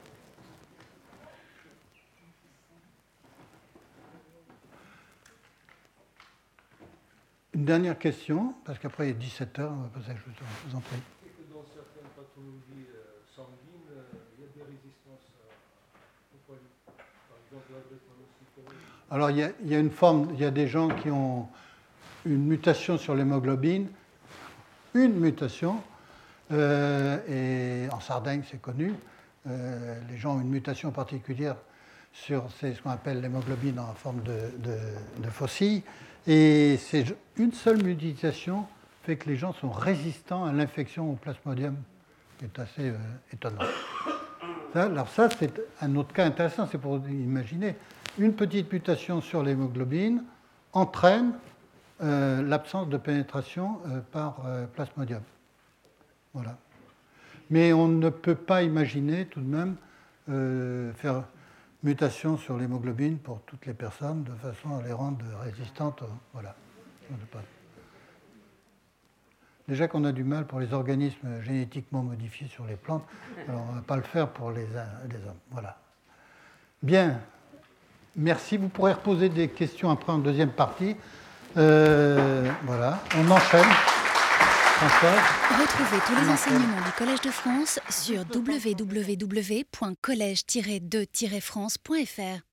B: Une dernière question, parce qu'après il est dix-sept heures, on va passer, je vous en prie.
G: Et que dans certaines pathologies euh, sanguines, euh, il y a des résistances euh, au poilu. Par exemple, la drépanocytose.
B: Alors, il y, a, il y a une forme, il y a des gens qui ont une mutation sur l'hémoglobine, une mutation, euh, et en Sardaigne, c'est connu. Euh, les gens ont une mutation particulière sur c'est ce qu'on appelle l'hémoglobine en forme de, de, de faucille. Et c'est une seule mutation fait que les gens sont résistants à l'infection au plasmodium, qui est assez euh, étonnant. Ça, alors ça, c'est un autre cas intéressant, c'est pour imaginer. Une petite mutation sur l'hémoglobine entraîne euh, l'absence de pénétration euh, par euh, plasmodium. Voilà. Mais on ne peut pas imaginer tout de même euh, faire mutation sur l'hémoglobine pour toutes les personnes de façon à les rendre résistantes. Voilà. Déjà qu'on a du mal pour les organismes génétiquement modifiés sur les plantes, alors on ne va pas le faire pour les, les hommes. Voilà. Bien. Merci. Vous pourrez reposer des questions après en deuxième partie. Euh, voilà. On enchaîne. Françoise.
A: Retrouvez tous les enseignements du Collège de France sur w w w point collège tiret de tiret france point f r.